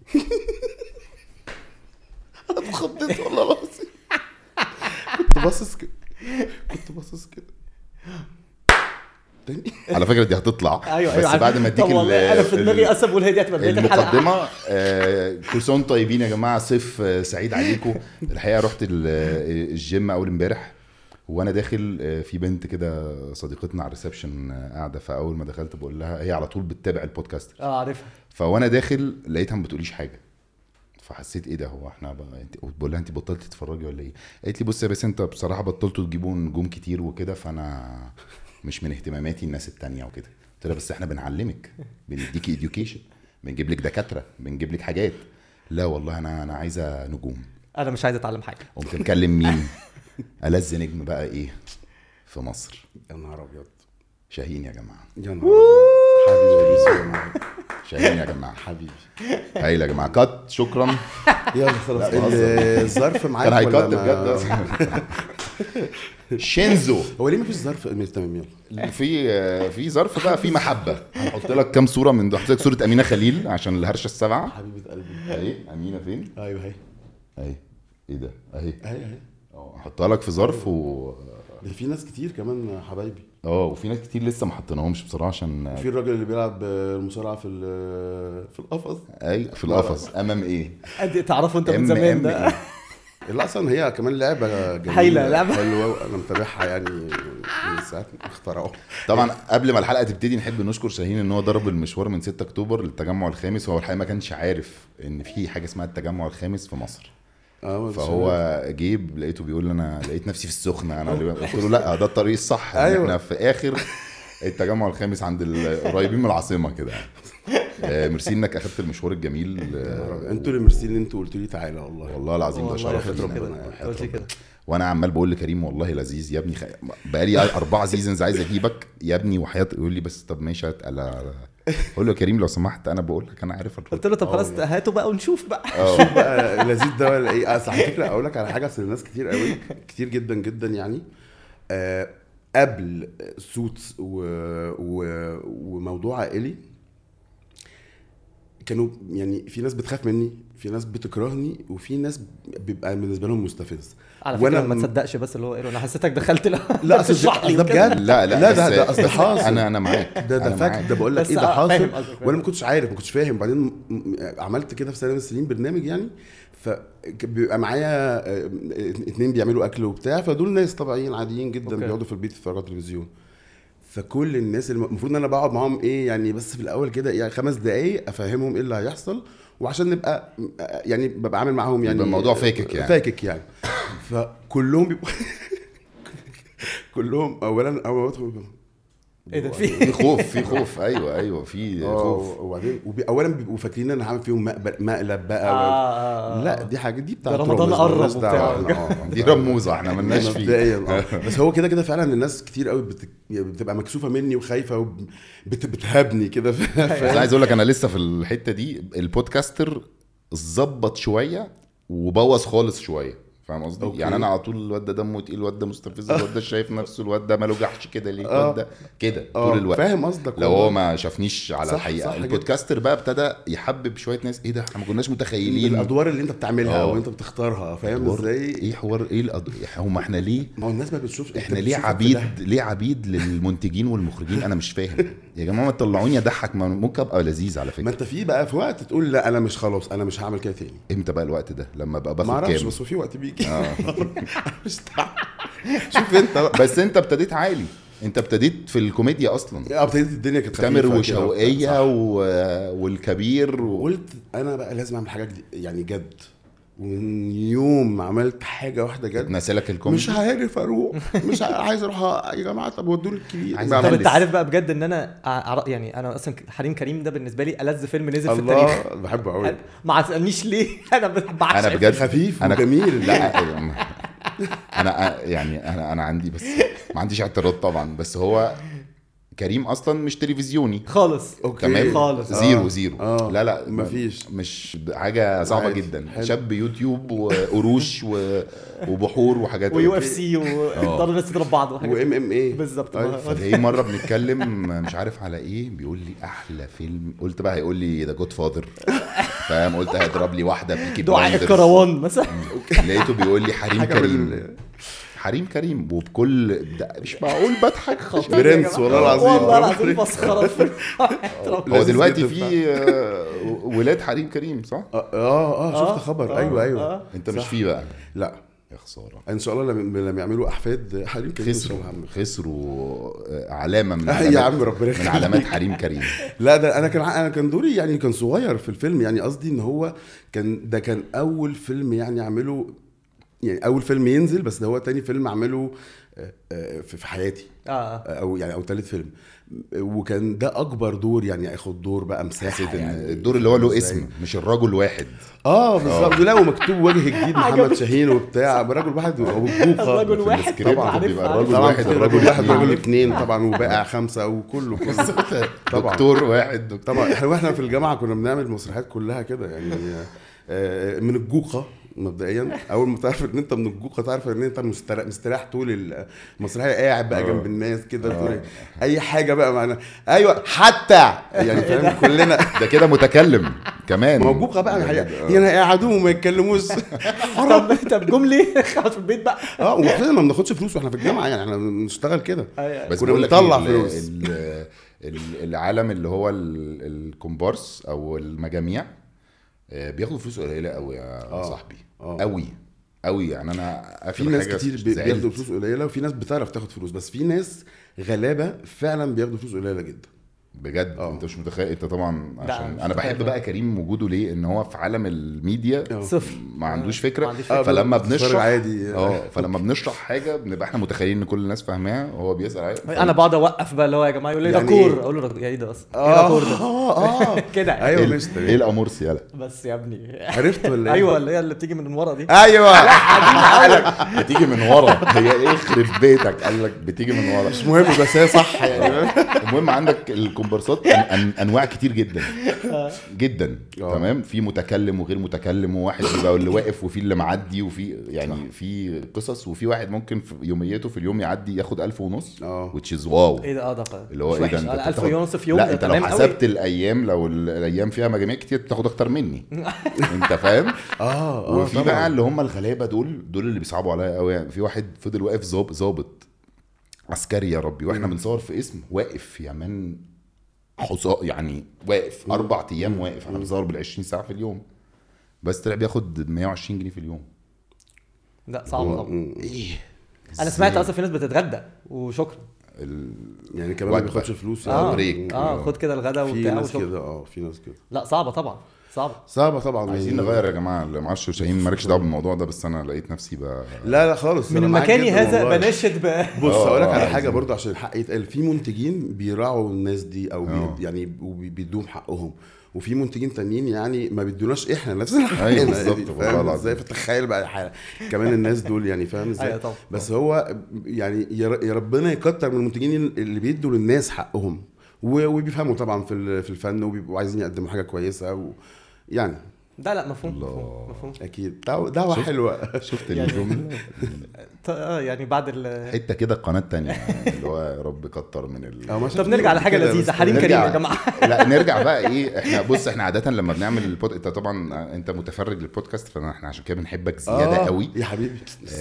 انا اتخضيت والله العظيم. كنت باصص كده تاني. على فكره دي هتطلع. أيوة بس بعد ما اديك انا في دماغي اصلا بقول هي دي هتبقى بدايه الحلقه. المقدمه. كل سنه وانتم طيبين يا جماعه، صيف سعيد عليكم. الحقيقه رحت الجيم اول امبارح وانا داخل، في بنت كده صديقتنا على الريسبشن قاعده، فاول ما دخلت بقول لها، هي على طول بتتابع البودكاست عارفها. فوانا داخل لقيتها ما بتقوليش حاجه، فحسيت ايه ده، هو احنا انت بقول لها انت بطلتي تتفرجي ولا ايه؟ قالت لي بص يا بس انت بصراحه بطلتوا تجيبوا نجوم كتير وكده، فانا مش من اهتماماتي الناس التانية وكده. قلت لها بس احنا بنعلمك، بنديكي اديوكيشن، بنجيب لك دكاتره، بنجيب لك حاجات. لا والله انا عايزه نجوم، انا مش عايز اتعلم حاجه. قمت مكلم مين؟ ألذ نجم بقى ايه في مصر؟ يا نهار ابيض، شاهين يا جماعه. يا نهار ابيض حبيبي. شاهين يا جماعه حبيبي هايل يا جماعه. كات شكرا. يلا خلاص. الظرف معاك كان هيكات ولا بجد اصلا. شينزو هو ليه مفيش ظرف؟ تمام يلا. في ظرف بقى، في محبه. هحط لك كام صوره من ده، هحط لك صوره امينه خليل عشان الهرشه السبعه. حبيبه قلبي. اهي امينه فين؟ ايوه اهي ايه ده اهي اهي احطها لك في ظرف ده في ناس كتير كمان حبايبي. وفي ناس كتير لسه ما حطيناهمش بصراحه، عشان في الراجل اللي بيلعب المصارعه في القفص. اي في القفص امام ايه تعرفوا انت من زمان ده. لا اصلا هي كمان لعبه جميله هايله، لعبه حلوه وانا متابعها يعني من ساعه ما اخترعوها. طبعا قبل ما الحلقه تبتدي نحب نشكر شاهين ان هو ضرب المشوار من 6 اكتوبر للتجمع الخامس. هو الحقيقه ما كانش عارف ان في حاجه اسمها التجمع الخامس في مصر. فهو جيب لقيته بيقول انا لقيت نفسي في السخنه. انا قلت له لا ده الطريق الصح. أيوة. احنا في اخر التجمع الخامس عند القريبين من العاصمه كده. ميرسي انك اخدت المشوار الجميل. انتوا اللي ميرسي ان انتوا قلتوا لي تعالى. والله العظيم ده شرف قلت كده. وانا عمال بقول لكريم والله لذيذ يا ابني، بقالي 4 سيزونز عايز اجيبك يا ابني وحياه. يقول لي بس طب ماشي اقول له يا كريم لو سمحت انا بقول لك انا عارف. قلت له طب خلاص هاتوا بقى ونشوف بقى. شوف بقى لذيذ ده ولا ايه. اصل على فكره اقول لك على حاجه، اصل الناس كتير قوي كتير جدا جدا يعني قبل سوتس وموضوع عائلي كانوا يعني في ناس بتخاف مني، في ناس بتكرهني، وفي ناس بيبقى بالنسبه لهم مستفز. وانا ما تصدقش بس اللي هو ايه، انا حسيتك دخلت لا اصل ده بجد. لا ده اصل حاصل. انا معاك. ده فاكت. ده بقول لك ايه، ده حاصل. وانا ما كنتش عارف، ما كنتش فاهم. بعدين عملت كده في سنه من السنين برنامج يعني، فبيبقى معايا 2 بيعملوا اكل وبتاع، فدول ناس طبيعيين عاديين جدا بيقعدوا في البيت يتفرجوا على التلفزيون. فكل الناس المفروض ان انا بقعد معاهم ايه يعني، بس في الاول كده يعني 5 دقايق افهمهم ايه اللي هيحصل، وعشان نبقى يعني ببقى عامل معاهم يعني الموضوع فاكك يعني. فكلهم بيبقوا كلهم اولا اول ما بدخل ايه ده في خوف. ايوه في خوف. وبعدين اولا بيبقوا فاكرين ان انا هعمل فيهم مقلب بقى. لا دي حاجه دي بتاعت رمضان قرب وبتاع. دي رموزه احنا مالناش فيه. بس هو كده فعلا الناس كتير قوي بتبقى مكسوفه مني وخايفه وبتهبني كده. بس عايز اقول لك انا لسه في الحته دي. البودكاستر ظبط شويه وبوظ خالص شويه، فاهم قصدي؟ يعني انا على طول الواد ده دمه تقيل، الواد ده مستفز، الواد ده شايف نفسه، الواد ده ماله جحش كده ليه، الواد ده كده طول الوقت. فاهم قصدك. لو هو ما شافنيش على الحقيقه. البودكاستر بقى ابتدى يحبب شويه ناس. ايه ده احنا ما كناش متخيلين الادوار اللي انت بتعملها وانت بتختارها. فاهم ازاي؟ ايه حوار ايه هم احنا ليه؟ ما هو الناس ما بتشوفش. احنا ليه عبيد للمنتجين والمخرجين؟ انا مش فاهم يا جماعه، ما تطلعوني اضحك، ممكن ابقى لذيذ على فكره. ما انت في بقى في وقت تقول لا انا مش، خلاص انا مش هعمل كده تاني. امتى بقى الوقت ده؟ لما بقى باخد كام؟ ما اعرفش، بس في وقت بيجي. شوف انت بقى. بس انت ابتديت عالي، انت ابتديت في الكوميديا اصلا. ابتديت الدنيا كانت تامر وشوقية والكبير قلت انا بقى لازم اعمل حاجه يعني جد. ومن يوم ما عملت حاجه واحده جد نسلك الكوميدي، مش عارف اروح، مش عايز اروح يا جماعه. طب ودوني الكبير. طب انت عارف بقى بجد ان انا يعني انا اصلا حريم كريم ده بالنسبه لي ألذ فيلم نزل في التاريخ. الله بحبه قوي. ما تسالنيش ليه. انا بجد خفيف وجميل. لا انا يعني انا عندي، بس ما عنديش اعتراض طبعا، بس هو كريم اصلا مش تلفزيوني خالص. اوكي تمام خالص. زيرو. لا مفيش. مش حاجه صعبه عادي. جدا. حلو. شاب يوتيوب وقروش وبحور وحاجات ويو اف سي وضرب الناس تضرب بعض وحاجات وام ام اي بالظبط. فهي مره بنتكلم مش عارف على ايه، بيقول لي احلى فيلم، قلت بقى هيقول لي ذا جود فاذر، فاهم؟ قلت هيضرب لي واحده بيكي دعاء بلايندرز. الكروان مثلا. لقيته بيقول لي حريم حاجة كريم حريم كريم، وبكل ده مش معقول بضحك. برنس والله العظيم. والله العظيم مسخره. هو لذيذ دلوقتي جدا في ولاد حريم كريم صح؟ شفت خبر. ايوه انت مش فيه بقى؟ لا يا خساره. ان شاء الله لما يعملوا احفاد حريم كريم خسروا علامه من يا عم ربنا من علامات حريم كريم. لا ده انا كان دوري يعني كان صغير في الفيلم، يعني قصدي ان هو كان اول فيلم يعني اعمله، يعني اول فيلم ينزل، بس ده هو تاني فيلم اعمله في حياتي. او يعني او ثالث فيلم، وكان ده اكبر دور يعني اخد دور بقى مساحه يعني الدور اللي هو له اسم مش الرجل واحد. بالظبط. لا ومكتوب وجه جديد محمد شاهين وبتاع رجل واحد الرجل واحد طبعا بيبقى الرجل واحد الرجل واحد الرجل اثنين طبعا وبقى 5 وكله طبعا دكتور واحد طبعا. احنا في الجامعه كنا بنعمل مسرحيات كلها كده يعني من الجوقه مبدئيا. اول ما تعرف ان انت من الجوقه تعرف ان انت مستريح طول المسرحيه، قاعد بقى جنب الناس كده اي حاجه بقى معنا. ايوه حتى يعني فاهم كلنا ده كده متكلم كمان موجوقه بقى يعني قاعدوا وما يتكلموش. طب جمله قاعد في البيت بقى. واحنا ما بناخدش فلوس واحنا في الجامعه، يعني احنا بنشتغل كده بس كنا بنطلع فلوس. العالم اللي هو الكومبارس او المجاميع بياخدوا فلوس قليله قوي يا صاحبي. قوي يعني. انا في ناس كتير بياخدوا فلوس قليله، وفي ناس بتعرف تاخد فلوس، بس في ناس غلابه فعلا بياخدوا فلوس قليله جدا بجد. انت مش متخيل. انت طبعا عشان انا بحب بقى كريم وجوده ليه، ان هو في عالم الميديا صفر ما عندوش فكره. فلما بنشرح عادي فلما بنشرح حاجه بنبقى احنا متخيلين ان كل الناس فاهماها وهو بيسال عليها. انا بقعد اوقف بقى اللي هو يا جماعه يقول لي ده كور، اقول له ايه ده اصلا؟ ايه ده كور ده كده. ايوه مش ايه الامورس يالا بس يا ابني عرفت ولا ايه؟ ايوه اللي هي اللي بتيجي من ورا دي. ايوه بتيجي من ورا. هي ايه يخرب بيتك؟ قال لك بتيجي من ورا. مش مهم بس هي صح يعني. المهم عندك الكومبارسات انواع كتير جدا جدا. تمام. في متكلم وغير متكلم، وواحد بيبقى اللي واقف وفي اللي معدي، وفي يعني في قصص، وفي واحد ممكن في يوميته في اليوم يعدي ياخد 1500 which is واو. ايه ده؟ ده اللي هو ايه ده؟ 1000 ونص في يوم. لا انت لو حسبت الايام، لو الايام فيها مجاميع كتير بتاخد اكتر مني. انت فاهم؟ وفي بقى اللي هم الغلابه دول اللي بيصعبوا عليا قوي يعني. في واحد فضل واقف ظابط عسكري يا ربي، واحنا بنصور في اسم واقف يا مان حصاء يعني، واقف 4 ايام واقف. انا بصور بال20 ساعه في اليوم، بس طلع بياخد 120 جنيه في اليوم. لا صعب طبعا. انا سمعت اصلا في ناس بتتغدى وشكرا يعني كمان ما بياخدش فلوس بريك. خد كده الغدا وبتاع وشكرا. في ناس كده. لا صعبه طبعا. صعبة طبعا. عايزين نغير يا جماعه. اللي ما اعرفش شاهين مالكش دعوه بالموضوع ده، بس انا لقيت نفسي لا خالص من مكاني هذا بنشد بص اقول لك على حاجه برضو عشان الحق يتقال. في منتجين بيراعوا الناس دي او يعني وبيدوم حقهم، وفي منتجين تانيين يعني ما بيدوناش احنا نفس الحق. ايوه بالظبط. فاهم ازاي؟ فتخيل بقى كمان الناس دول يعني فاهم ازاي. بس هو يعني يا ربنا يكتر من المنتجين اللي بيدوا للناس حقهم وبيفهموا طبعا في الفن وبيبقوا عايزين يقدموا حاجه كويسه يعني. لا مفهوم اكيد. دعوه حلوه. شفت الجمله يعني بعد حته كده القناه الثانيه اللي هو يا رب كتر من طب نرجع لحاجه لذيذه. حريم كريم يا جماعه. لا نرجع بقى ايه. احنا بص احنا عاده لما بنعمل انت طبعا انت متفرج للبودكاست، فاحنا عشان كده بنحبك زياده قوي يا حبيبي.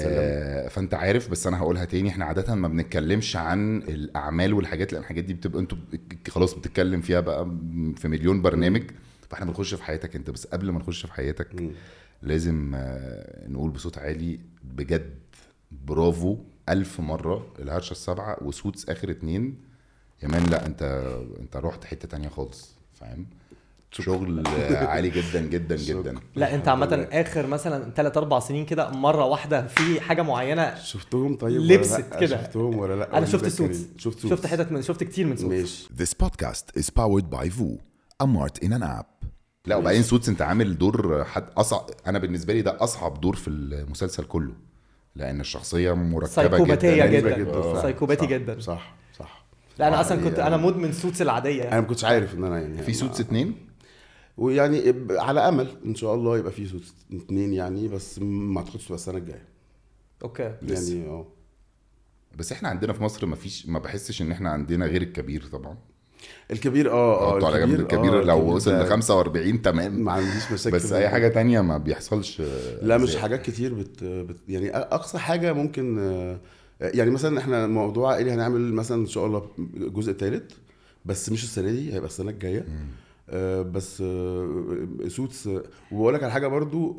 فانت عارف. بس انا هقولها تاني، احنا عاده ما بنتكلمش عن الاعمال والحاجات، لان الحاجات دي بتبقى انتوا خلاص بتتكلم فيها بقى في مليون برنامج. فاحنا بنخش في حياتك انت. بس قبل ما نخش في حياتك لازم نقول بصوت عالي بجد برافو 1000 مرة الهرشة السبعة وسوتس آخر 2 يا مان. لا انت رحت حتة تانية خالص، فاهم؟ شغل عالي جدا جدا جدا. لا انت عامة اخر مثلا 3-4 سنين كده مرة واحدة في حاجة معينة شفتهم. طيب لبست كده. شفتهم ولا لا؟ انا شفت سوتس. شفت كتير من سوتس. This podcast is powered by VOO, a mart in an app. لا وبعدين سوتس انت عامل دور حد اصعب. انا بالنسبه لي ده اصعب دور في المسلسل كله، لان الشخصيه مركبه سايكوباتيه جدا. سايكوباتي جدا. صح لا انا اصلا كنت انا مدمن سوتس العاديه انا ما كنتش عارف ان انا يعني في سوتس 2 ويعني على امل ان شاء الله يبقى في سوتس 2 يعني، بس ما اعتقدش تبقى السنه الجايه. اوكي يعني بس احنا عندنا في مصر ما بحسش ان احنا عندنا غير الكبير طبعا. الكبير الكبير لو وصل ل 45 تمام ما عنديش مشاكل، بس اي حاجه تانية ما بيحصلش. لا مش حاجات كتير يعني اقصى حاجه ممكن يعني مثلا احنا موضوع عائلي هنعمل مثلا ان شاء الله جزء ثالث، بس مش السنه دي، هيبقى السنه الجايه. بس سوتس. وبقول لك على حاجه برضو،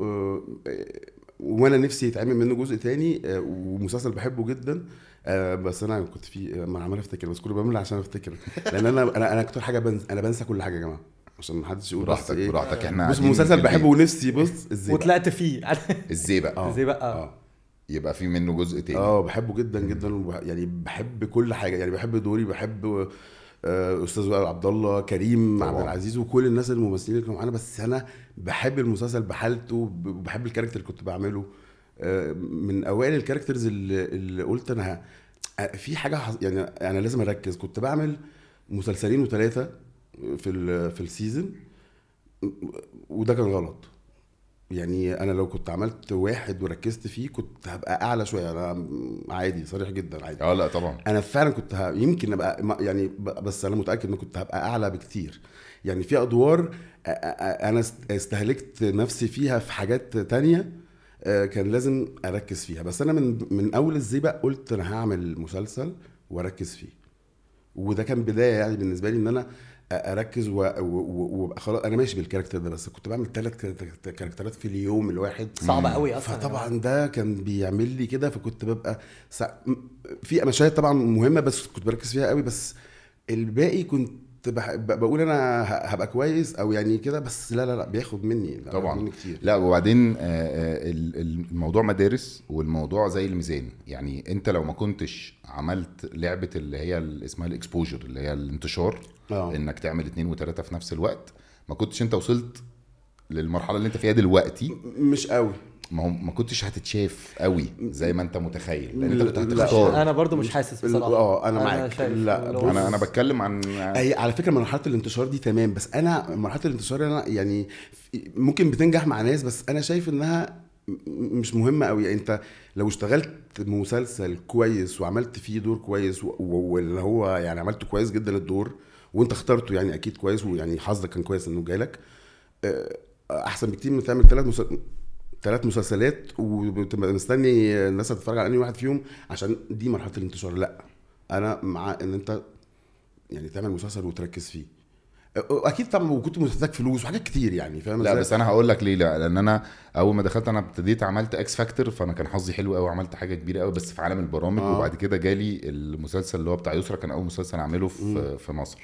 وانا نفسي يتعمل منه جزء تاني، ومسلسل بحبه جدا. بس انا كنت ما عمال افتكر، بس كل بمل عشان افتكر، لان انا اكتر حاجه انا بنسى كل حاجه يا جماعه، عشان ما حدش يقول براحتك احنا بص مسلسل بحبه ونفسي وطلعت فيه الزيبق يبقى في منه جزء تاني. بحبه جدا جدا، يعني بحب كل حاجه، يعني بحب دوري، بحب استاذ عبد الله كريم عبد العزيز وكل الناس الممثلين اللي كانوا معانا، بس انا بحب المسلسل بحالته وبحب الكاركتر اللي كنت بعمله. من اوائل الكاركترز اللي قلت انا في حاجه يعني انا لازم اركز. كنت بعمل مسلسلين و3 في السيزون، وده كان غلط. يعني انا لو كنت عملت واحد وركزت فيه كنت هبقى اعلى شويه. انا عادي صريح جدا عادي. لا طبعا انا فعلا كنت يمكن ابقى يعني، بس انا متاكد ان كنت هبقى اعلى بكتير. يعني في ادوار انا استهلكت نفسي فيها في حاجات تانية كان لازم اركز فيها. بس انا من اول الزيبق قلت انا هعمل مسلسل واركز فيه، وده كان بدايه يعني بالنسبه لي ان انا اركز وابقى خلاص انا ماشي بالكاركتر ده. بس كنت بعمل 3 كاركترات في اليوم الواحد، صعبه قوي اصلا. فطبعا ده كان بيعمل لي كده، فكنت ببقى في مشاهد طبعا مهمه بس كنت بركز فيها قوي، بس الباقي كنت بقول انا هبقى كويس او يعني كده، بس لا بياخد مني طبعا مني كتير. لا وبعدين الموضوع مدارس، والموضوع زي الميزان. يعني انت لو ما كنتش عملت لعبة اللي هي اسمها الاكسبوجر، اللي هي الانتشار، انك تعمل 2 و3 في نفس الوقت، ما كنتش انت وصلت للمرحلة اللي انت فيها دلوقتي. مش قوي، ما كنتش هتتشاف قوي زي ما انت متخيل، لان انت كنت هتختار. انا برضو مش حاسس بصراحه. انا معاك. لا انا بتكلم عن هي على فكره مرحله الانتشار دي تمام، بس انا مرحله الانتشار انا يعني ممكن بتنجح مع ناس، بس انا شايف انها مش مهمه قوي. يعني انت لو اشتغلت مسلسل كويس وعملت فيه دور كويس واللي هو يعني عملته كويس جدا الدور، وانت اخترته يعني اكيد كويس، ويعني حظك كان كويس انه جالك، احسن بكتير من تعمل 3 مسلسلات وتبقى مستني الناس هتتفرج على انهي واحد فيهم عشان دي مرحله الانتشار. لا انا مع ان انت يعني تعمل مسلسل وتركز فيه. اكيد طبعا، وكنت محتاج فلوس وحاجات كتير يعني، فاهم؟ لا بس انا هقول لك ليه. لا لان انا اول ما دخلت انا ابتديت عملت اكس فاكتور، فانا كان حظي حلو قوي، عملت حاجه كبيره قوي بس في عالم البرامج. وبعد كده جالي المسلسل اللي هو بتاع يسرا، كان اول مسلسل اعمله في مصر.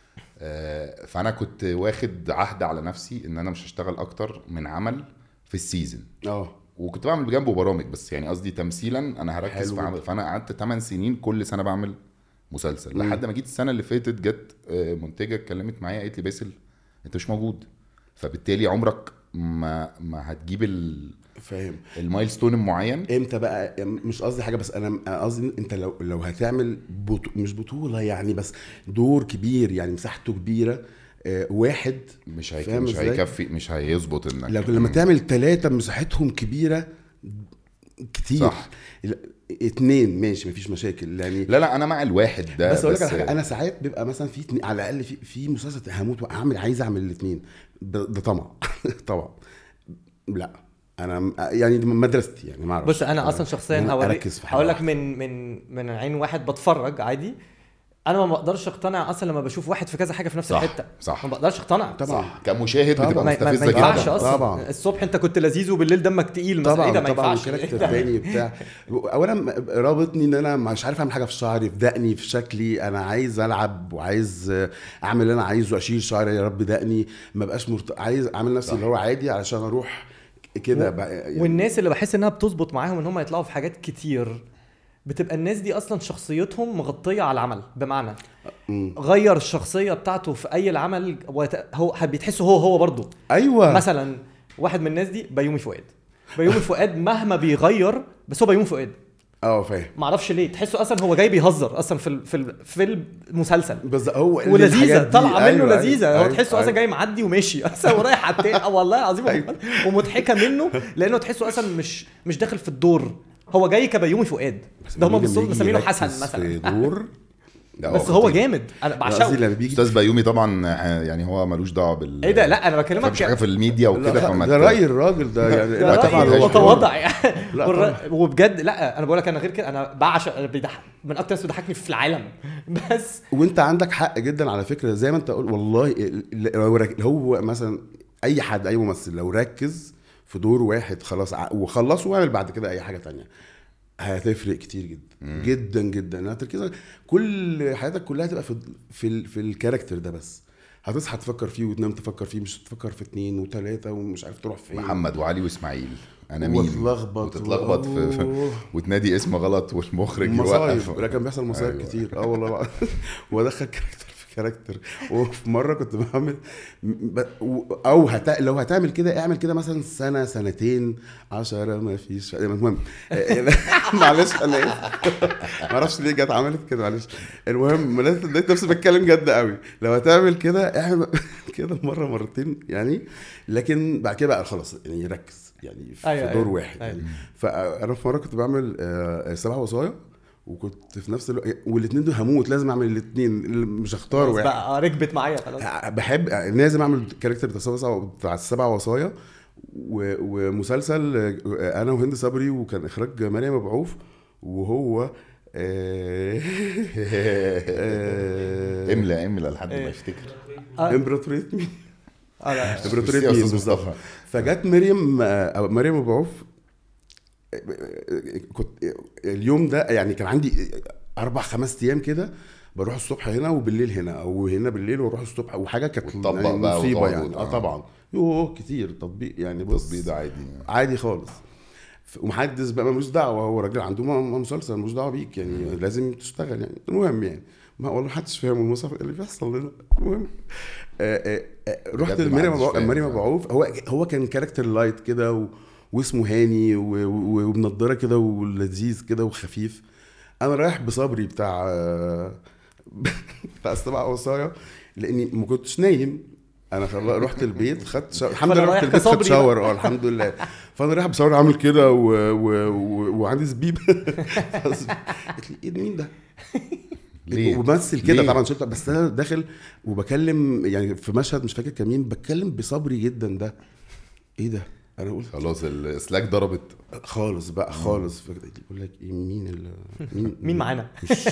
فانا كنت واخد عهد على نفسي ان انا مش هشتغل اكتر من عمل في السيزن. وكنت بعمل بجنبه برامج، بس يعني قصدي تمثيلا انا هركز في عمل. فانا قعدت 8 سنين كل سنه بعمل مسلسل، لحد ما جيت السنه اللي فاتت جت منتجه اتكلمت معايا قالت لي باسل انت مش موجود، فبالتالي عمرك ما هتجيب فاهم المايلستون المعين. امتى بقى؟ مش قصدي حاجه، بس انا قصدي انت لو هتعمل مش بطوله يعني، بس دور كبير يعني مساحته كبيره، واحد مش هيكفي، مش هيظبط انك لما تعمل 3 مساحتهم كبيره كتير. صح. 2 ماشي مفيش مشاكل يعني. لا انا مع الواحد ده، بس اقول لك انا ساعات بيبقى مثلا في على الاقل في مسلسل هموت واعمل، عايز اعمل الاثنين ده طمع. طبعا لا انا يعني مدرستي يعني ما اعرفش. بص انا اصلا شخصيا هقول لك من عين واحد بتفرج عادي، انا ما بقدرش اقتنع اصلا لما بشوف واحد في كذا حاجه في نفس الحته. صح. ما بقدرش اقتنع طبعا. صح. كمشاهد بتبقى مستفزه جدا. ما ينفعش اصلا. طبعا. الصبح انت كنت لذيذ وبالليل دمك تقيل مثلا. ايه ده؟ ما ينفعش. كاركتر تاني بتاع. اولا رابطني ان انا مش عارف اعمل حاجه في شعري، في دقني، في شكلي. انا عايز العب وعايز اعمل اللي انا عايزه، اشيل شعري يا رب دقني، ما بقاش عايز اعمل نفسي اللي هو عادي علشان اروح كده يعني. والناس اللي بحس انها بتظبط معاهم ان هم يطلعوا في حاجات كتير، بتبقى الناس دي اصلا شخصيتهم مغطيه على العمل. بمعنى غير الشخصيه بتاعته في اي العمل، هو بيتحسه هو برضه. ايوه. مثلا واحد من الناس دي بيومي فؤاد مهما بيغير بس هو بيومي فؤاد. فاهم. ما اعرفش ليه تحسه اصلا هو جاي بيهزر اصلا في المسلسل بس هو ولذيذه طالعه منه أيوة لذيذه. أيوة هو تحسه اصلا جاي معدي وماشي اصلا ورايح على التاني. والله العظيم ومضحكه منه لانه تحسه اصلا مش داخل في الدور. هو جاي كبيومي فؤاد ده هم بالصوت مسمينه حسن مثلا في دور بس هو جامد انا بعشقه. استاذ بيومي طبعا يعني هو ملوش دعوه ايه ده لا انا بكلمك مش حاجه في الميديا وكده فما ده راي الراجل ده يعني لا طبعا هو متواضع يعني لا وبجد لا انا بقول لك انا غير كده انا بعشق من اكتر ناس بتضحكني في العالم بس. وانت عندك حق جدا على فكره زي ما انت قول والله. هو مثلا اي حد اي ممثل لو ركز في دور واحد خلاص وخلصه وعمل بعد كده اي حاجه تانية هتفرق كتير جدا جدا جدا. تركيزك كل حياتك كلها تبقى في الكاركتر ده بس. هتصحى تفكر فيه وتنام تفكر فيه مش تفكر في 2 و3 ومش عارف تروح فين. محمد وعلي واسماعيل انا مين وتتلخبط وتنادي اسم غلط والمخرج يوقف. لا كان بيحصل مصايب أيوة. كتير والله وادخل كاركتر. وفي مره كنت بعمل لو هتعمل كده اعمل كده مثلا سنه سنتين 10 ما فيش المهم معلش انا ما اعرفش ليه جت عملت كده معلش. المهم لقيت نفسي بتكلم جد قوي. لو هتعمل كده اعمل كده مره مرتين يعني لكن بعد كده بقى خلاص يعني ركز يعني في دور واحد يعني. فانا في مره كنت بعمل 7 وصايا وكنت في نفس والاثنين دول هموت لازم اعمل الاثنين مش هختار واحد بقى ركبت معايا خلاص. بحب لازم اعمل كاركتر بتاع 7 وصايا ومسلسل انا وهند صبري وكان اخراج مريم مبعوف وهو املا لحد ما يفتكر امبراطورية مين امبراطورية مين بالظبط. فجت مريم مبعوف. كنت اليوم ده يعني كان عندي 4-5 ايام كده بروح الصبح هنا وبالليل هنا او هنا بالليل واروح الصبح وحاجه كانت مصيبه يعني طبعا كتير تطبيق يعني. بص التطبيق ده عادي خالص ومحدش بقى ملوش دعوه. هو راجل عنده مسلسل ملوش دعوه بيك يعني لازم تشتغل يعني. المهم يعني ما والله محدش فاهم المصطلح اللي بيحصل لنا. المهم رحت مريم مبعوف. هو كان كاركتر لايت كده واسمه هاني وبنضاره كده ولذيذ كده وخفيف. انا رايح بصبري بتاع 7 وصايا لاني ما كنتش نايم. انا رحت البيت خدت الحمد لله رحت البيت خدت شاور الحمد لله. فانا رايح بصبري عامل كده وعندي زبيب. قلت لي ايه مين ده وبمثل كده طبعا شفت. بس انا داخل وبكلم يعني في مشهد مش فاكر كان مين بتكلم بصبري جدا. ده ايه ده انا قلت خلاص السلاك ضربت خالص بقى خالص. بقول لك ايه مين معانا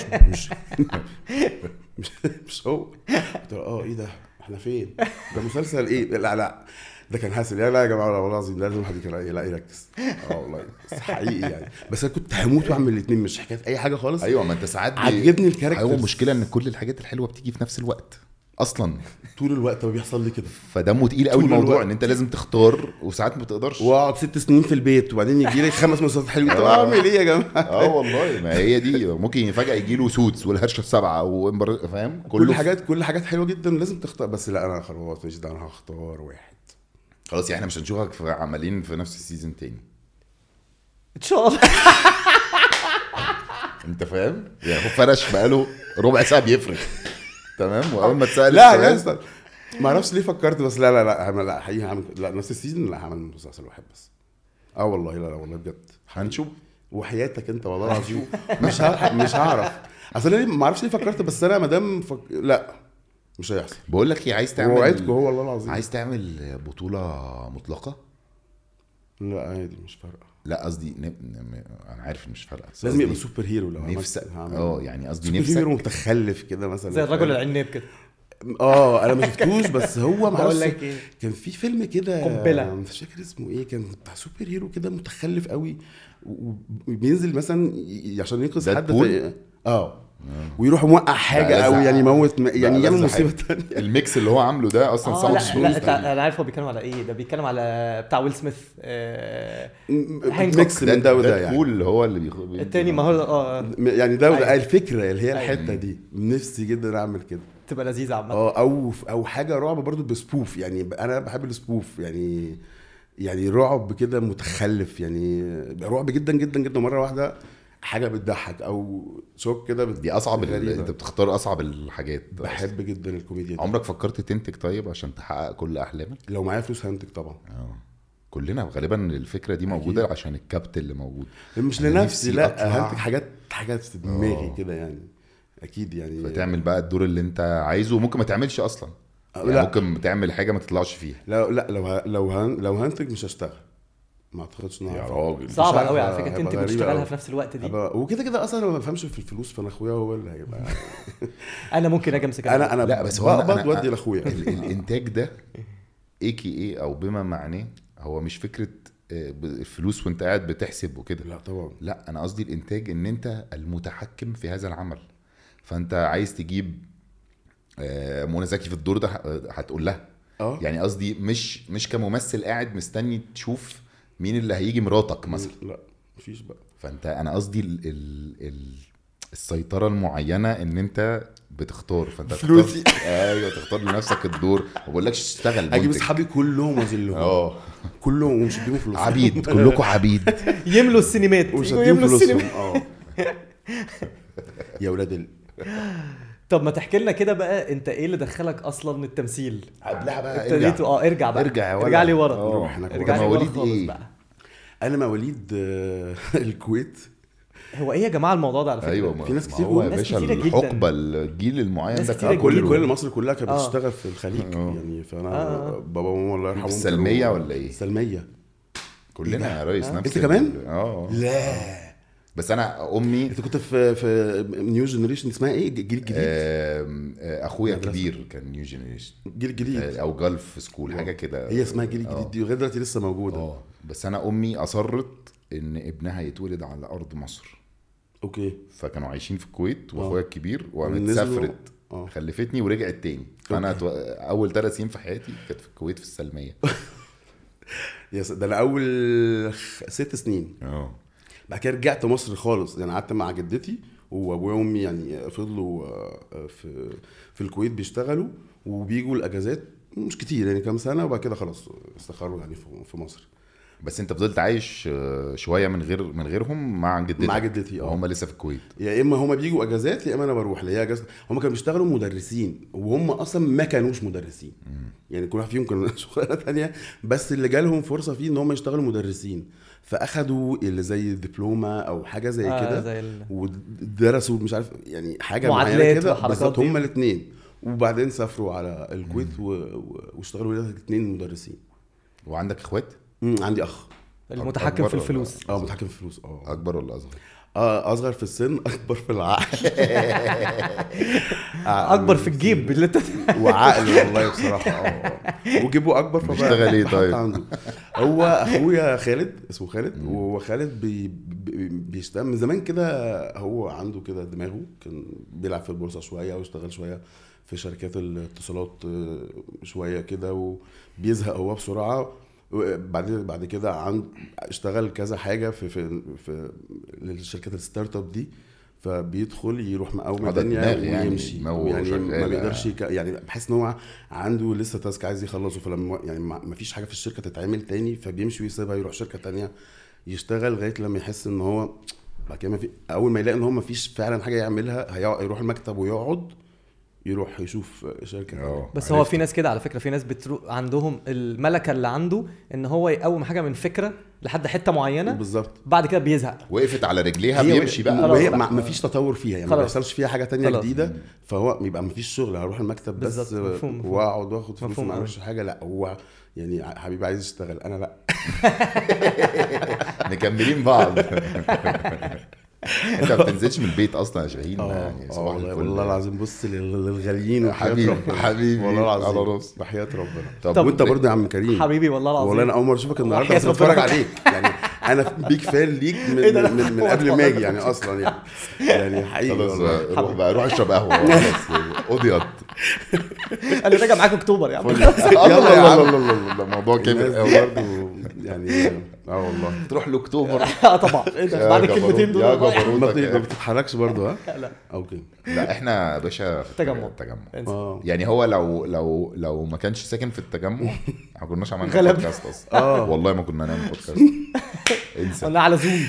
مش هو. قلت ايه ده احنا فين ده مسلسل ايه. لا ده كان حاسس لا يا جماعه والله العظيم لازم حد لا يركز والله حقيقي يعني. بس انا كنت هموت واعمل الاثنين مش حكايه اي حاجه خالص. ايوه ما انت ساعات عجبني الكاركتر. هو المشكله ان كل الحاجات الحلوه بتيجي في نفس الوقت اصلا طول الوقت ما بيحصل لي كده. فدمه تقيل قوي الموضوع ان انت لازم تختار وساعات ما تقدرش. واقعد 6 سنين في البيت وبعدين يجي لي 5 مسلسلات حلوه. طب اعمل ايه يا جماعه؟ والله ما هي دي ممكن فجاه يجي له سوتس والهرشه 7 فاهم كل حاجات حلوه جدا لازم تختار. بس لا انا خلاص مش ده انا هختار واحد خلاص. احنا مش هنشوفك في عملين في نفس السيزون تاني ان شاء الله. انت فاهم يعني هو فرش بقاله ربع ساعه بيفرق تمام. واول ما تسال لا يا اسطى ما اعرفش ليه فكرت بس لا حقيقي هعمل لا نفس السيزون لا هعمل مسلسل واحد بس. والله لا والله بجد هنشوف وحياتك انت والله العظيم مش هعرف اصل انا ما اعرفش ليه فكرت. بس انا مدام لا مش هيحصل. بقول لك ايه عايز تعمل وعدكم هو والله العظيم عايز تعمل بطوله مطلقه. لا عادي مش فارقه. لا قصدي انا عارف مش فارقه لازم يبقى سوبر هيرو. لو نفسك يعني قصدي نفسك هيرو متخلف كده مثلا زي الرجل العناب كده. انا ما شفتوش بس هو معرفش إيه؟ كان في فيلم كده قنبله مش فاكر اسمه ايه كان بتاع سوبر هيرو كده متخلف قوي وبينزل مثلا عشان ينقذ حد ويروح موقع حاجه او يعني يموت يعني يعمل مصيبه ثانيه. الميكس اللي هو عامله ده اصلا صعب. لا انا عارف هو بيتكلم على ايه. ده بيتكلم على بتاع ويل سميث ميكس من ده وده يعني كول هو اللي التاني ما هو يعني ده الفكره اللي هي الحته دي نفسي جدا اعمل كده تبقى لذيذه عامه. او حاجه رعب برضو بسبوف يعني. انا بحب السبوف يعني رعب كده متخلف يعني رعب جدا جدا جدا. مره واحده حاجه بتضحك او شوك كده دي اصعب غريبة. انت بتختار اصعب الحاجات. بحب جدا الكوميديا دي. عمرك فكرت تنتج طيب عشان تحقق كل احلامك؟ لو معايا فلوس هنتج طبعا. كلنا غالبا الفكره دي موجوده عشان الكابت اللي موجود. مش أنا لنفسي نفسي لا، أطلع. هنتج حاجات في دماغي كده يعني اكيد يعني. فتعمل بقى الدور اللي انت عايزه وممكن ما تعملش اصلا يعني. لا. ممكن تعمل حاجه ما تطلعش فيها. لو هنتج مش هشتغل، ما اعتقدش ان يا هعرف. راجل صعبه عارف، قوي على فكره هيبقى انت غريبة بتشتغلها أوي. في نفس الوقت دي. وكده كده اصلا انا ما بفهمش في الفلوس، فانا اخويا هو اللي هيبقى انا ممكن اجي امسك انا لا بس هو بقبض ودي لاخويا. الانتاج ده AKA او بما معناه هو مش فكره الفلوس وانت قاعد بتحسب وكده. لا طبعا. لا انا قصدي الانتاج ان انت المتحكم في هذا العمل. فانت عايز تجيب منى زكي في الدور ده هتقول لها يعني قصدي مش كممثل قاعد مستني تشوف مين اللي هيجي مراتك مثلا. لا مفيش بقى. فانت انا قصدي السيطره المعينه ان انت بتختار. فانت فلوسي. ايوه تختار لنفسك الدور. ما بقولكش تشتغل اجيب منتج. اصحابي كلهم وازلهم كلهم ومش اديهم فلوس. عبيد كلكم عبيد. يملوا السينمات ومش يجوا اديهم يملوا فلوسهم. السينما. يا ولاد طب ما تحكي لنا كده بقى، انت ايه اللي دخلك اصلا التمثيل؟ قبلها بقى ابتديت ارجع بقى ارجع لي ورا. نروح هناك. ارجع لي ورا مواليد خالص ايه؟ بقى. انا مواليد الكويت. هو ايه يا جماعه الموضوع ده على فكره؟ ايوه في ناس كتير هو يا ناس باشا كتيرة جداً. الحقبه الجيل المعين ناس ده كتيرة كان جداً. كل مصر كلها كانت بتشتغل في الخليج يعني. فانا بابا وماما الله يرحمهم السلميه ولا ايه؟ السلميه كلنا يا ريس نفس انت كمان؟ لا بس انا امي انت كنت في نيو جنريشن اسمها ايه؟ جيل الجديد. اخويا الكبير كان نيو جنريشن جيل الجديد او جلف سكول حاجه كده. هي اسمها جيل الجديد دي لغايه دلوقتي لسه موجوده. بس انا امي اصرت ان ابنها يتولد على ارض مصر. اوكي. فكانوا عايشين في الكويت واخويا الكبير وقامت ونزلوا- سافرت اه. خلفتني ورجعت تاني. فانا اول 3 سنين في حياتي كانت في الكويت في السلميه. ده انا اول 6 سنين. بعد كده رجعت مصر خالص يعني. قعدت مع جدتي وابويا وامي يعني فضلوا في الكويت بيشتغلوا وبيجوا الاجازات مش كتير يعني كام سنه، وبعد كده خلاص استقروا يعني في مصر. بس انت فضلت عايش شويه من غيرهم مع جدتي؟ مع جدتي هم لسه في الكويت. يا اما هما بيجوا اجازات يا اما انا بروح اللي هي اجازه. هما كانوا بيشتغلوا مدرسين وهم اصلا ما كانوش مدرسين يعني. كل واحد فيهم كان شغلانه ثانيه، بس اللي جالهم فرصه فيه ان هم يشتغلوا مدرسين فاخدوا اللي زي الدبلومه او حاجه زي كده ودرسوا مش عارف يعني حاجه معينه كده بالظبط. هما الاثنين وبعدين سافروا على الكويت واشتغلوا الاثنين مدرسين. وعندك اخوات؟ عندي اخ المتحكم في الفلوس. متحكم في الفلوس. اكبر ولا اصغر؟ اصغر في السن اكبر في العقل. اكبر في الجيب اللي انت وعقل والله بصراحه. وجيبه اكبر بيشتغل ايه طيب؟ عنده. هو اخويا خالد اسمه خالد وهو خالد بيشتغل من زمان كده. هو عنده كده دماغه كان بيلعب في البورصه شويه واشتغل شويه في شركات الاتصالات شويه كده وبيزهق هو بسرعه. بعد كده اشتغل كذا حاجه في الشركات الستارت اب دي. فبيدخل يروح مقاوم الدنيا ويمشي يعني ما بيقدرش يعني بحس ان هو عنده لسه تاسك عايز يخلصه. فلما يعني ما فيش حاجه في الشركه تتعمل تاني فبيمشي ويسيبها يروح شركه تانية يشتغل لغايه لما يحس ان هو بعد كده اول ما يلاقي ان هو ما فيش فعلا حاجه يعملها هيروح المكتب ويقعد يروح يشوف شركه. بس هو في ناس كده على فكره، في ناس عندهم الملكه اللي عنده ان هو يقوم حاجه من فكره لحد حته معينه بالظبط. بعد كده بيزهق وقفت على رجليها بيمشي بقى وهي ما فيش تطور فيها يعني. ما بيحصلش فيها حاجه تانية خلاص. جديده. فهو بيبقى ما فيش شغل هروح المكتب بس واقعد واخد فلوس وما اعملش حاجه. لا هو يعني حبيبي عايز يشتغل انا لا. مكملين بعض. انت ما بتنزلش من البيت اصلا يا شاهين يعني صباح الفل. والله العظيم بص للغاليين حبيبي والله العظيم على راس بحياة ربنا. طب وانت برضه يا عم كريم حبيبي والله العظيم. والله انا اول مره اشوفك النهارده بس بتفرج عليك يعني. انا بيك فان ليك من قبل ما اجي يعني اصلا يعني حقيقي والله. روح اشرب قهوه اضيط. انا راجع معاك اكتوبر يا عم. يلا الموضوع كبر برضه يعني والله تروح لاكتوبر. طبعا بعد الكلمتين دول يا رايح. جبروتك. ما بتتحركش برضو ها. لا اوكي. لا احنا يا باشا في التجمع. اه يعني هو لو ما كانش ساكن في التجمع ما كناش عملنا غلب. بودكاست اصلا. والله ما كنا نعمل بودكاست. انسى. قلنا على زوم.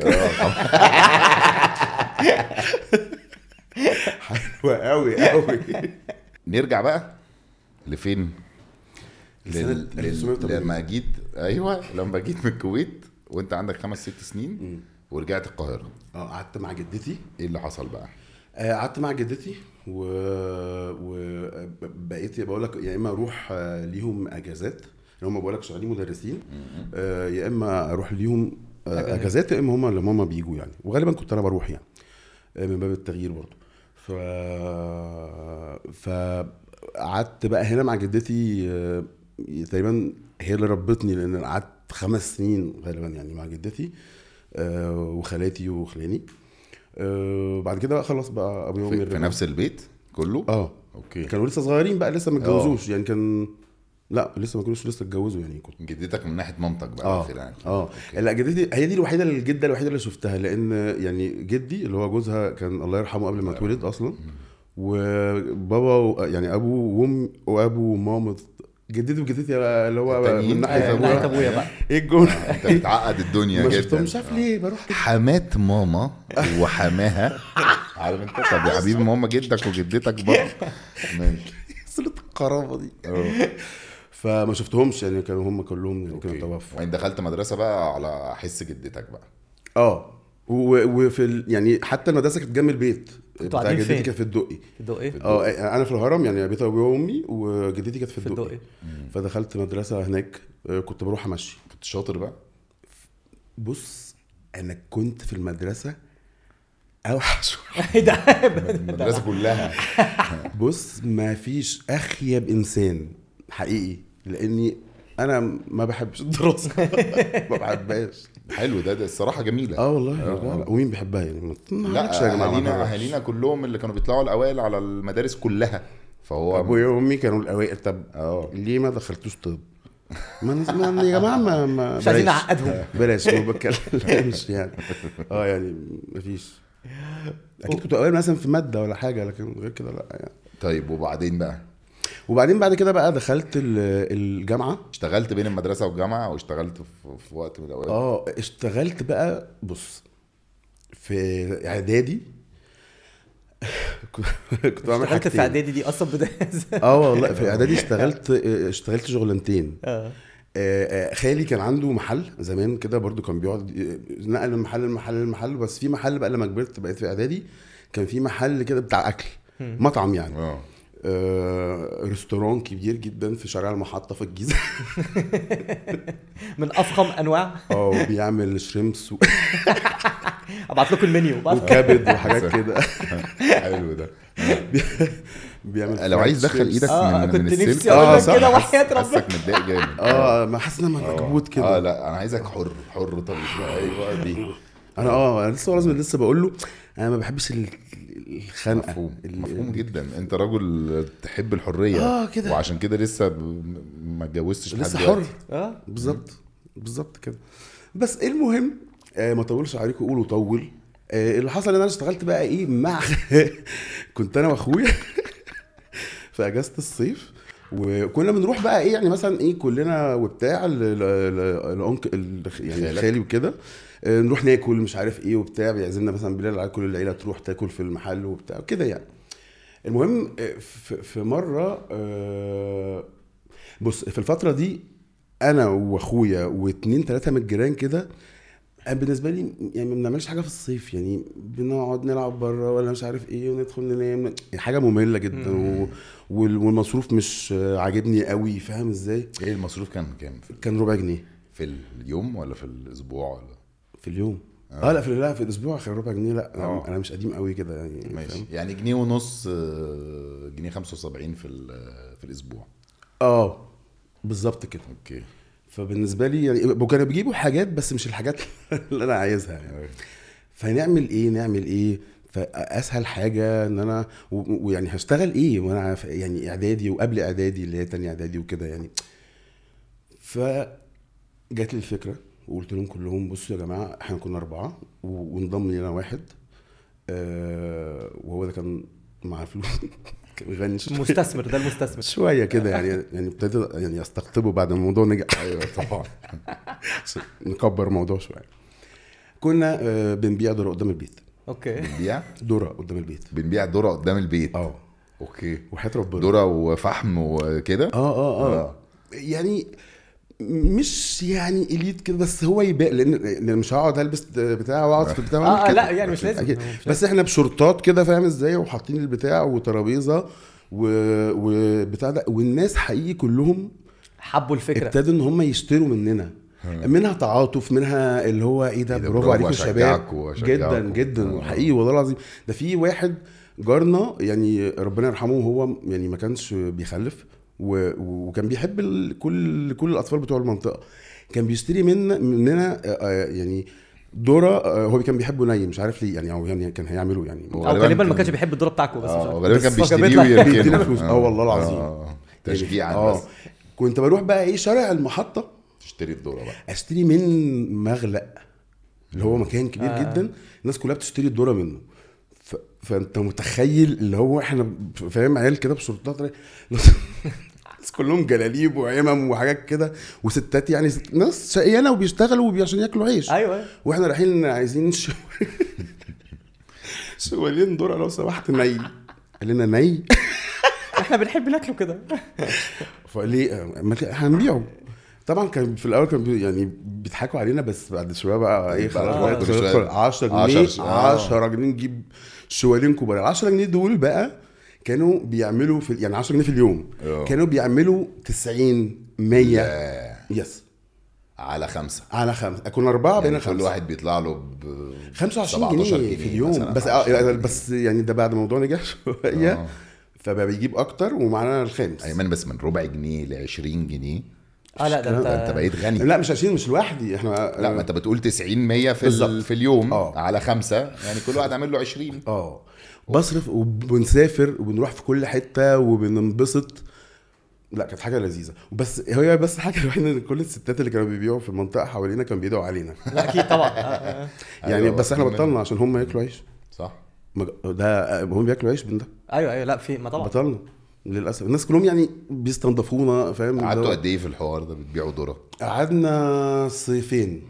حلوة قوي. نرجع بقى لفين؟ لسنة 1980. لما جيت لما جيت من الكويت وانت عندك 5-6 سنين ورجعت القاهرة. قعدت مع جدتي. ايه اللي حصل بقى؟ قعدت مع جدتي وبقيت بقول لك يا اما اروح ليهم اجازات اللي هم بقول لك شغالين مدرسين، يا اما اروح ليهم اجازات، يا اما هم لما هم بيجوا يعني، وغالبا كنت انا بروح يعني من باب التغيير برضو. فقعدت بقى هنا مع جدتي تقريبا هي اللي ربتني، لان قعدت 5 سنين غالبا يعني مع جدتي وخالاتي وخلاني. بعد كده بقى خلاص بقى ابويا وامي في نفس البيت كله. اوكي. كانوا لسه صغيرين بقى، لسه ما اتجوزوش يعني، كان لا لسه ما كانوش لسه اتجوزوا يعني. كنت جدتك من ناحيه مامتك بقى لا جدتي هي دي الجده الوحيده اللي شفتها، لان يعني جدي اللي هو جوزها كان الله يرحمه قبل ما اتولد اصلا، وبابا يعني ابو وام وابو وماما جدتي وجدتي اللي هو من ناحيه ابويا بقى. ايه الجون. انت بتعقد الدنيا جدا. مش عارف ليه بروح حمات ماما وحماها. عارف انت؟ طب يا حبيبي ماما جدك وجدتك برضه ماشي. صله القرابه دي. فما شفتهمش يعني، كانوا هم كلهم يعني كانوا توفوا. وين دخلت مدرسه بقى على حس جدتك بقى؟ وفي يعني حتى المدرسه كانت جنب البيت بتاع جدتي، كانت في الدقي. انا في الهرم يعني، بيت ابويا وامي، وجدتي كانت في الدقي. فدخلت مدرسه هناك، كنت بروح امشي. كنت شاطر بقى؟ بص انا كنت في المدرسه اوحش المدرسه كلها. بص ما فيش اخيب انسان حقيقي، لاني انا ما بحبش الدراسه. ما بحبهاش. حلو ده الصراحه جميله. والله. لا ومين بيحبها يعني؟ لا اهالينا كلهم اللي كانوا بيطلعوا الاوائل على المدارس كلها، فهو ابويا وامي كانوا الاوائل. طب ليه ما دخلتوش طب؟ ما يا جماعه ما مش عايزين نعقدهم. بلاش ما بتكلمش يعني. يعني ما فيش. اكيد كنت اوائل مثلا في ماده ولا حاجه، لكن غير كده لا يعني. طيب وبعدين بعد كده بقى دخلت الجامعه. اشتغلت بين المدرسه والجامعه او اشتغلت في وقت من الاوقات؟ اشتغلت بقى. بص في اعدادي كنت بعمل اشتغلت في اعدادي دي اصلا بدايه. والله في اعدادي اشتغلت شغلانتين. خالي كان عنده محل زمان كده برضو، كان بيقعد نقل من محل لمحل. بس في محل بقى لما كبرت بقيت في اعدادي، كان في محل كده بتاع اكل، مطعم يعني. ريستوران كبير جدا في شارع المحطة في الجيزة. من افخم انواع. بيعمل شريمس ابعت لكم المنيو وكبد وحاجات كده. حلو ده. بيعمل لو عايز دخل ايدك من السلك. نفسي اقول لك كده وحياة ربنا. حاسك متضايق جامد. ما حاسس ان انا مكبوت كده. لا انا عايزك حر طبيعي. ايوه دي انا لسه بقول له انا ما بحبش الخنقه. مفهوم جدا. انت راجل تحب الحريه كده. وعشان كده لسه ما اتجوزتش لسه حر. بالظبط كده. بس المهم ما طولش عليكم، قولوا طول. اللي حصل ان انا اشتغلت بقى ايه مع كنت انا واخويا في اجازه الصيف، وكنا بنروح بقى ايه يعني مثلا ايه كلنا وبتاع الانكل يعني خالي وكده، نروح ناكل مش عارف ايه وبتاع، بيعزمنا مثلا بالليل على كل العيله تروح تاكل في المحل وبتاع كده يعني. المهم في مره بص في الفتره دي انا واخويا و2 3 من الجيران كده، بالنسبه لي يعني ما بنعملش حاجه في الصيف يعني، بنقعد نلعب بره ولا مش عارف ايه وندخل ننام، حاجه ممله جدا. والمصروف مش عاجبني قوي، فاهم ازاي؟ ايه المصروف كان كام؟ كان ربع جنيه في اليوم ولا في الاسبوع ولا في اليوم؟ لا في الاسبوع كان ربع جنيه. لا انا مش قديم قوي كده يعني. ماشي يعني جنيه ونص، جنيه 75 في الاسبوع. بالظبط كده. اوكي. فبالنسبه لي يعني كانوا بيجيبوا حاجات بس مش الحاجات اللي انا عايزها يعني. فنعمل ايه فاسهل حاجه ان انا ويعني هشتغل ايه وانا يعني اعدادي وقبل اعدادي اللي هي تاني اعدادي وكده يعني. جات لي الفكره وقلت لهم كلهم بصوا يا جماعه احنا كنا 4 وانضم لنا واحد وهو ده كان معاه فلوس كان غني مستثمر، ده المستثمر شويه كده يعني ابتديت يعني استقطبه بعد ما الموضوع نجح. ايوه طبعا. نكبر الموضوع شويه. كنا بنبيع ذره قدام البيت. اوكي. ذره قدام البيت. بنبيع ذره قدام البيت. اوكي. وحياة ربنا ذره وفحم وكده. يعني مش يعني اليت كده بس هو يبقى لان مش هقعد البس بتاع واقعد في البتاع لا يعني مش لازم بس احنا بشورتات كده فاهم ازاي وحاطين البتاع وترابيزه وبتاع ده والناس حقيقي كلهم حبوا الفكره ابتدوا ان هم يشتروا منها تعاطف منها اللي هو ايه ده برافو عليكم شباب جدا جدا حقيقي والله العظيم. ده في واحد جارنا يعني ربنا يرحمه هو يعني ما كانش بيخلف وكان بيحب كل الاطفال بتوع المنطقه كان بيشتري مننا يعني ذره هو كان بيحبه ني مش عارف ليه يعني او يعني كان هيعمله يعني او غالبا ما كانش بيحب الذره بتاعكم بس غالبا كان بيشتريه ويدينا فلوس والله العظيم تشجيعا بس. كنت بروح بقى ايه شارع المحطه تشتري الذره بقى اشتري من مغلق اللي هو مكان كبير جدا الناس كلها بتشتري الذره منه فانت متخيل اللي هو احنا فاهم عيال كده بشرطات ناس كلهم جلاليب وعمم وحاجات كده وستات يعني ناس شقيانه وبيشتغلوا عشان ياكلوا عيش. ايوه واحنا رايحين عايزين شوالين ذره لو سمحت ني قال لنا ني احنا بنحب ناكله كده فليه هنبيعه طبعا. كان في الاول كان يعني بيضحكوا علينا بس بعد شويه بقى ايه خلاص 10 جنيه نجيب شوالين كبار. 10 جنيه دول بقى كانوا بيعملوا في يعني 10 جنيه في اليوم كانوا بيعملوا 90 100 يس على 5 كنا 4 يعني بين 5 كل واحد بيطلع له ب 25 جنيه في اليوم بس يعني ده بعد موضوع نجاح شويه فبقى بيجيب اكتر ومعانا الخامس ايمن بس من ربع جنيه ل 20 جنيه لا ده انت بقيت غني. لا مش 20 مش لوحدي احنا لا ما انت بتقول 90 100 في اليوم على 5 يعني كل واحد عامل له 20 بصرف وبنسافر وبنروح في كل حته وبننبسط. لا كانت حاجه لذيذه بس هي بس حاجه الوحيده ان كل الستات اللي كانوا بيبيعوا في المنطقه حوالينا كانوا بيدعوا علينا. لا اكيد طبعا يعني بس احنا بطلنا عشان هم ياكلوا عيش صح ده هم بياكلوا عيش من ده. ايوه لا في ما طبعا بطلنا للاسف. الناس كلهم يعني بيستنضفونا فاهم. قعدتوا قد ايه في الحوار ده بتبيعوا ذره؟ قعدنا صيفين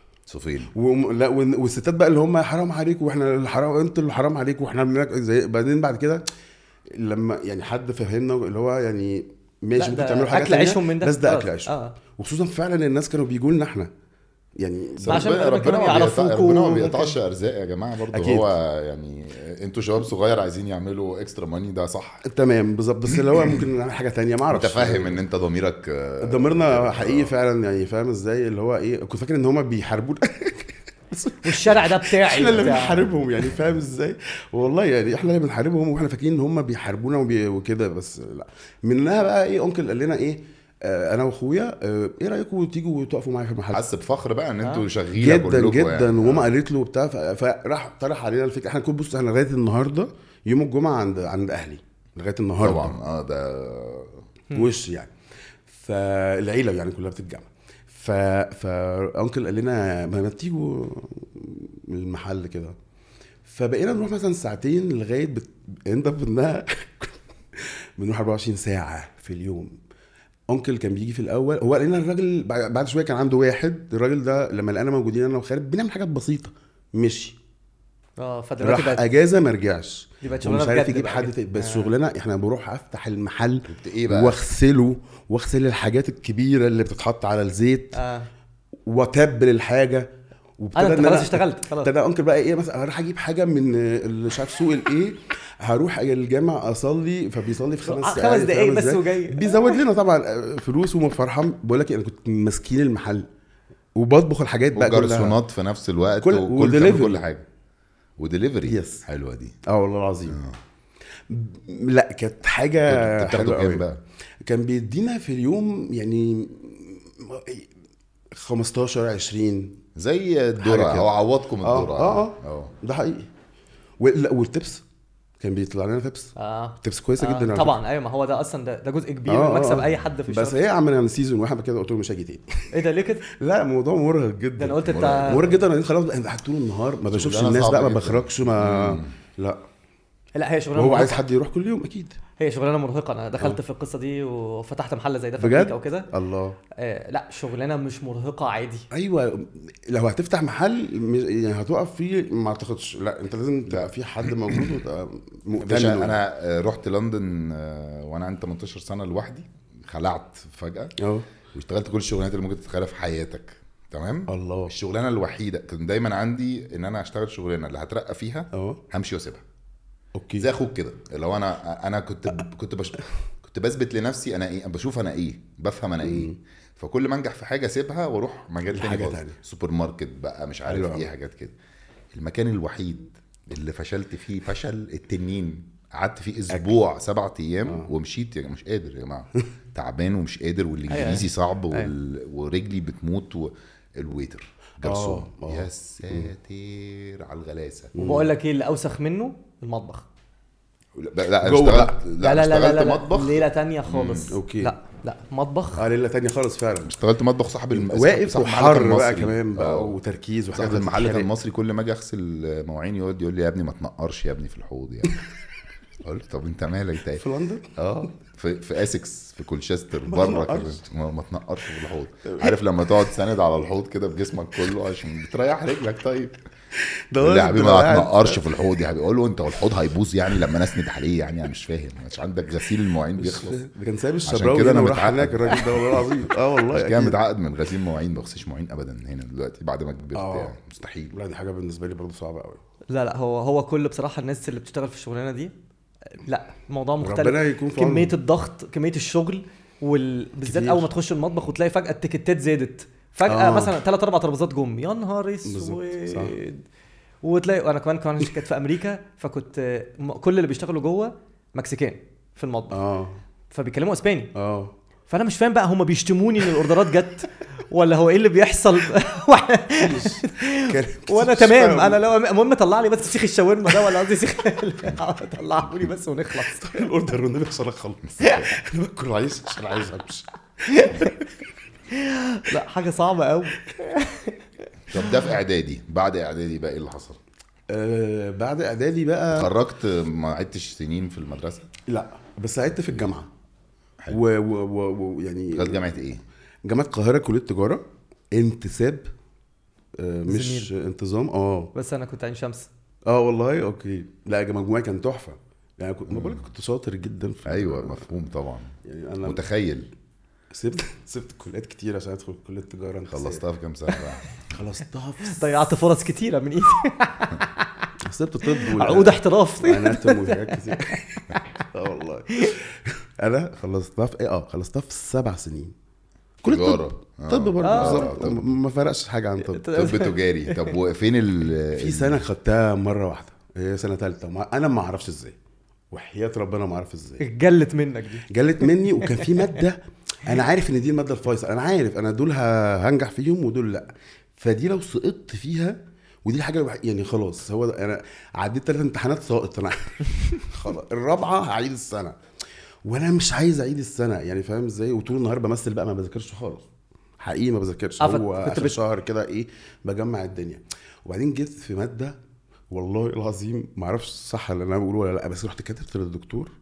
لا والستات بقى اللي هم حرام عليكم واحنا الحرام انتوا اللي حرام عليكم واحنا بناكل زي بعدين بعد كده لما يعني حد فهمنا اللي هو يعني ماشي ممكن تعملوا حاجات تانية بس ده اكل عيشهم وخصوصا فعلا الناس كانوا بيجوا لنا احنا يعني عشان ربنا ما بيقطعش ارزاق يا جماعه برضه هو يعني انتوا شباب صغير عايزين يعملوا اكسترا ماني ده صح تمام بالظبط بس اللي هو ممكن نعمل حاجه تانية ما اعرفش. انت فاهم ان انت ضميرك ضميرنا حقيقي فعلا يعني فاهم ازاي اللي هو ايه كنت فاكر ان هم بيحاربونا والشارع ده بتاعي احنا اللي بنحاربهم يعني فاهم ازاي والله يعني احنا اللي بنحاربهم واحنا فاكرين ان هم بيحاربونا وكده بس لا. منها بقى ايه انكل قال لنا ايه انا واخويا ايه رايكم تيجوا وتقفوا معايا في المحل. حس بفخر بقى ان انتوا شغيله كلكم جدا يعني. وماما قالت له بتاع فراح طرح علينا الفكره. احنا كنا بص احنا لغايه النهارده يوم الجمعه عند اهلي لغايه النهارده طبعا ده وش يعني فالعيله يعني كلها بتتجمع فانكل قال لنا ما تيجوا المحل كده. فبقينا نروح مثلا ساعتين لغايه انها بنروح 24 ساعه في اليوم. انكل كان بيجي في الاول هو لقينا الراجل بعد شويه كان عنده واحد الراجل ده لما لقينا موجودين انا وخالد بنعمل حاجات بسيطه مشي فدلوقتي بقى اجازه ما رجعش مش عارف يجيب حد بس شغلنا احنا بروح افتح المحل ايه بقى واغسل الحاجات الكبيره اللي بتتحط على الزيت واتبل الحاجه وابتدى خلاص اشتغلت خلاص. ابتدى انكل بقى ايه مثلا هروح اجيب حاجه من اللي شاف سوق الايه هروح الجامع اصلي فبيصلي في 5 دقايق بس وجاي بيزود لنا طبعا فلوس ومفرحان. بقول لك انا كنت ماسكين المحل وبطبخ الحاجات بقى كلها وجرسونات في نفس الوقت كل حاجه ودليفري حلوه دي والله العظيم لا كانت حاجه حلوه قوي بقى. كان بيدينا في اليوم يعني 15 20 زي الذره او عوضكم الذره ده حقيقي. والتبس كان بيطلع لنا تبس اه تبس كويسه جدا طبعا. ايوه ما هو ده اصلا ده جزء كبير من مكسب اي حد في بس الشغل. هي عملنا سيزون واحد كده قلت له مش هاجي تاني. ايه ده ليه كده؟ لا الموضوع مرهق جدا. ده انا قلت انت مرهق جدا. انا خلاص انا قعدت طول النهار ما بشوفش شغلانة الناس بقى، ما صعبة بخرجش ما لا. لا هي شغلانه وهو عايز مرهقة. حد يروح كل يوم اكيد. هي شغلانه مرهقه. انا دخلت في القصه دي وفتحت محل زي ده في بجد امريكا او كده. الله. لا شغلانه مش مرهقه عادي. ايوه لو هتفتح محل يعني هتوقف فيه ما اعتقدش. لا انت لازم تبقى في حد موجود وتبقى مؤتمن. انا رحت لندن وانا عندي 18 سنه لوحدي، خلعت فجاه واشتغلت كل الشغلانات اللي ممكن تتخيلها في حياتك. تمام. الله. الشغلانه الوحيده كان دايما عندي ان انا اشتغل شغلانه اللي هترقى فيها همشي واسيبها. اوكي. زي اخوك كده. لو انا كنت بثبت لنفسي انا ايه، بشوف انا ايه، بفهم انا ايه. فكل ما انجح في حاجه اسيبها واروح مجال تاني، سوبر ماركت بقى مش عارف ايه حاجات كده. المكان الوحيد اللي فشلت فيه فشل التنين، قعدت فيه اسبوع 7 ايام ومشيت. يا مش قادر يا جماعه، تعبان ومش قادر، والانجليزي صعب ورجلي بتموت الويتر جرسون. يا ساتر على الغلاسه. وبقول لك ايه اللي اوسخ منه؟ المطبخ. لا اشتغلت لا مطبخ ليله تانية خالص. اوكي. لا مطبخ ليله تانية خالص فعلا. اشتغلت مطبخ صاحب واقف وحر بقى كمان بقى وتركيز وحاجات. صاحب المحل كان مصري، كل ما اجي اغسل مواعين يقول لي يا ابني ما تنقرش يا ابني في الحوض يعني. قلت طب انت مالك تاني في لندن؟ في اسكس في كولشستر بره كده ما تنقرش في الحوض. عارف لما تقعد ساند على الحوض كده بجسمك كله عشان بتريح رجلك. طيب ده يا حبيبي ما تنقرش في الحوض يا حبيبي. اقول له انت والحوض هيبوظ يعني لما نسند عليه يعني؟ انا مش فاهم، مش عندك غسيل المواعين بيخلص؟ ده كان سايب الشبراوي كده وراح هناك الراجل ده والله العظيم. والله كده متعقد من غسيل مواعين. ما بغسلش مواعين ابدا هنا دلوقتي بعد ما كبرت يعني مستحيل. لا دي حاجه بالنسبه لي برضه صعبه قوي. لا هو كل بصراحه الناس اللي بتشتغل في الشغلانه دي لا الموضوع مختلف. ربنا يكون في كميه الضغط، كميه الشغل، بالذات اول ما تخش المطبخ وتلاقي فجاه التيكتات زادت فجاه. مثلا 3-4 ترابيزات جم، يا نهار اسود. وتلاقي انا كمان كانت في امريكا، فكنت كل اللي بيشتغلوا جوه مكسيكان في المطبخ فبيكلموا اسباني. فانا مش فاهم بقى هم بيشتموني ان الاوردرات جت ولا هو ايه اللي بيحصل. وانا تمام، انا لو المهم طلع لي بس سيخ الشاورما ده، ولا قصدي سيخ طلعه لي بس ونخلص. الاوردر والنبي عشان اخلص. انا باكل عايز عشان عايز امشي. لا حاجه صعبه قوي. طب ده في اعدادي. بعد اعدادي بقى ايه اللي حصل؟ بعد اعدادي بقى خرجت ما عدتش سنين في المدرسه؟ لا بس عدت في الجامعه. ويعني دخلت جامعه ايه؟ جامعه القاهره، كليه تجاره، انتساب مش انتظام. بس انا كنت عين شمس. والله اوكي. لا مجموعي كان تحفه يعني. كنت بقول لك كنت شاطر جدا في ايوه مفهوم طبعا. يعني انا متخيل. سبت كليات كتير عشان ادخل كليه تجاره. خلصتها في كام سنه بقى؟ خلصتها في ضيعت فرص كتيره من ايدي. سبت طب عقود احتراف اناتومي وحاجات كتير. والله انا خلصتها في خلصتها في 7 سنين. كل طب برضه ما فرقش حاجه عن طب تجاري. طب وفين في سنه خدتها مره واحده، هي سنه ثالثه. انا ما اعرفش ازاي، وحياه ربنا ما اعرف ازاي جلت منك دي. جلت مني. وكان في ماده انا عارف ان دي الماده الفيصل، انا عارف انا دول هنجح فيهم ودول لا. فدي لو سقطت فيها، ودي الحاجه يعني خلاص، هو انا عديت 3 امتحانات ساقط. انا خلاص الرابعه هعيد السنه، وانا مش عايز اعيد السنه يعني، فاهم ازاي؟ وطول النهار بمثل بقى، ما بذاكرش خالص حقيقي، ما بذاكرش. هو اخر شهر كده بجمع الدنيا. وبعدين جيت في ماده والله العظيم ما اعرفش صح اللي انا بقوله ولا لا، بس رحت كتبت للدكتور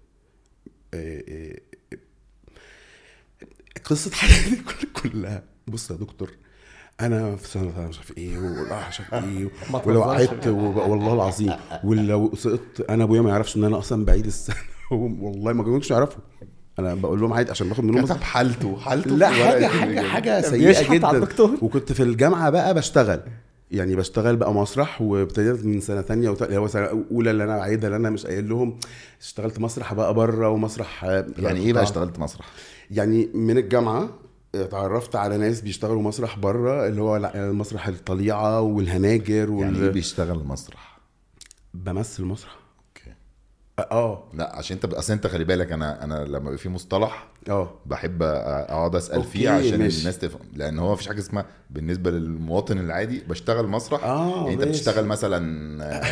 قصه حياتي كلها. بص يا دكتور، انا في سنه مش عارف ايه مش عارف ايه، ولو عدت والله العظيم، ولو سقطت انا ابويا ما يعرفش ان انا اصلا بعيد السنه. والله ما كانوش يعرفوا. انا بقول لهم عادي عشان باخد منهم كتب حالته لا حاجه سيئه جدا. وكنت في الجامعه بقى بشتغل بقى مسرح، وابتديت من سنه ثانيه هو سنه اولى اللي انا عايدها اللي انا مش قايل لهم. اشتغلت مسرح بقى بره، ومسرح يعني ايه بقى اشتغلت مسرح؟ يعني من الجامعه اتعرفت على ناس بيشتغلوا مسرح بره، اللي هو مسرح الطليعه والهناجر يعني ايه بيشتغل مسرح؟ بمثل مسرح. لا عشان انت اصل انت خلي بالك، انا لما بيبقى في مصطلح بحب اقعد اسال فيه عشان الناس تفهم، لان هو مفيش حاجه اسمها بالنسبه للمواطن العادي بشتغل مسرح. يعني انت بتشتغل مثلا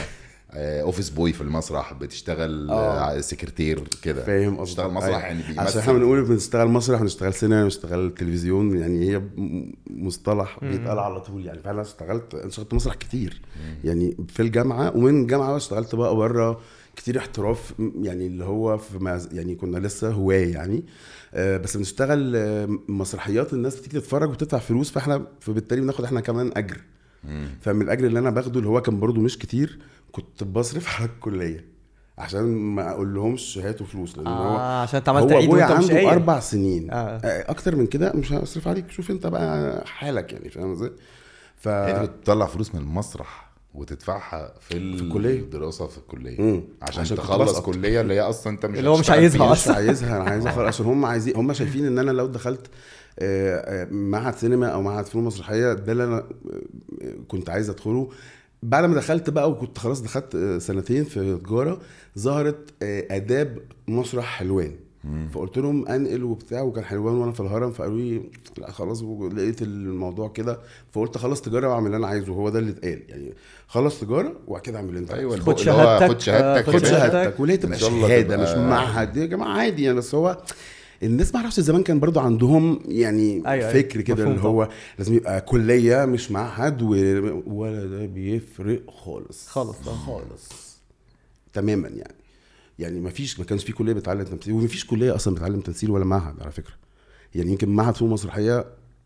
اوفيس بوي في المسرح، بتشتغل سكرتير كده، فاهم بتشتغل مسرح يعني عشان بيمثل. احنا بنقول بنشتغل مسرح، بنشتغل سينما، بنشتغل تلفزيون، يعني هي مصطلح بيتقال على طول. يعني فعلا اشتغلت مسرح كتير يعني في الجامعه، ومن الجامعه اشتغلت بقى بره كتير احتراف، يعني اللي هو في يعني كنا لسه هوايه يعني. بس بنشتغل مسرحيات الناس بتيجي تتفرج وتدفع فلوس، فاحنا فبالتالي بناخد احنا كمان اجر. فمن الاجر اللي انا باخده اللي هو كان برضو مش كتير، كنت بصرف على الكليه عشان ما اقول لهمش هاتوا فلوس، لان هو عشان انت عملت هو عيد ابويا وانت مش عنده قايل 4 سنين. آه. اكتر من كده مش هصرف عليك، شوف انت بقى حالك يعني، فاهم ازاي؟ يعني انت بتطلع فلوس من المسرح وتدفعها في الكلية. الدراسه في الكليه عشان كنت تخلص بسقط. كليه اللي هي اصلا انت مش اللي هو مش هتشتغل عايزها فيها. مش عايزها، انا عايزها خالص، عشان هم شايفين ان انا لو دخلت معهد سينما او معهد فنون مسرحيه، ده اللي انا كنت عايز ادخله. بعد ما دخلت بقى وكنت خلاص دخلت سنتين في تجاره، ظهرت اداب مسرح حلوان. فقلت لهم انقل وبتاع، وكان حلوان وانا في الهرم، فقالوا لي لا خلاص، لقيت الموضوع كده، فقلت خلاص تجاره واعمل اللي انا عايزه. هو ده اللي اتقال يعني، خلص تجاره وبعد كده اعمل اللي انت ايوه عايزه. خد شهادتك، خد شهادتك خد كده. شهادتك وليه تبقى إن شاء الله شهاده تبقى- مش معهد يا جماعه عادي يعني. بس هو الناس ما اعرفش زمان كان برضو عندهم يعني أيوة فكر كده مفهوم اللي هو لازم يبقى كليه مش معهد ولا ده بيفرق خالص خالص خالص تماما يعني ما كانش في كليه بتعلم تمثيل، وما فيش كليه اصلا بتعلم تمثيل ولا معهد على فكره. يعني يمكن معهد فنون مسرحيه،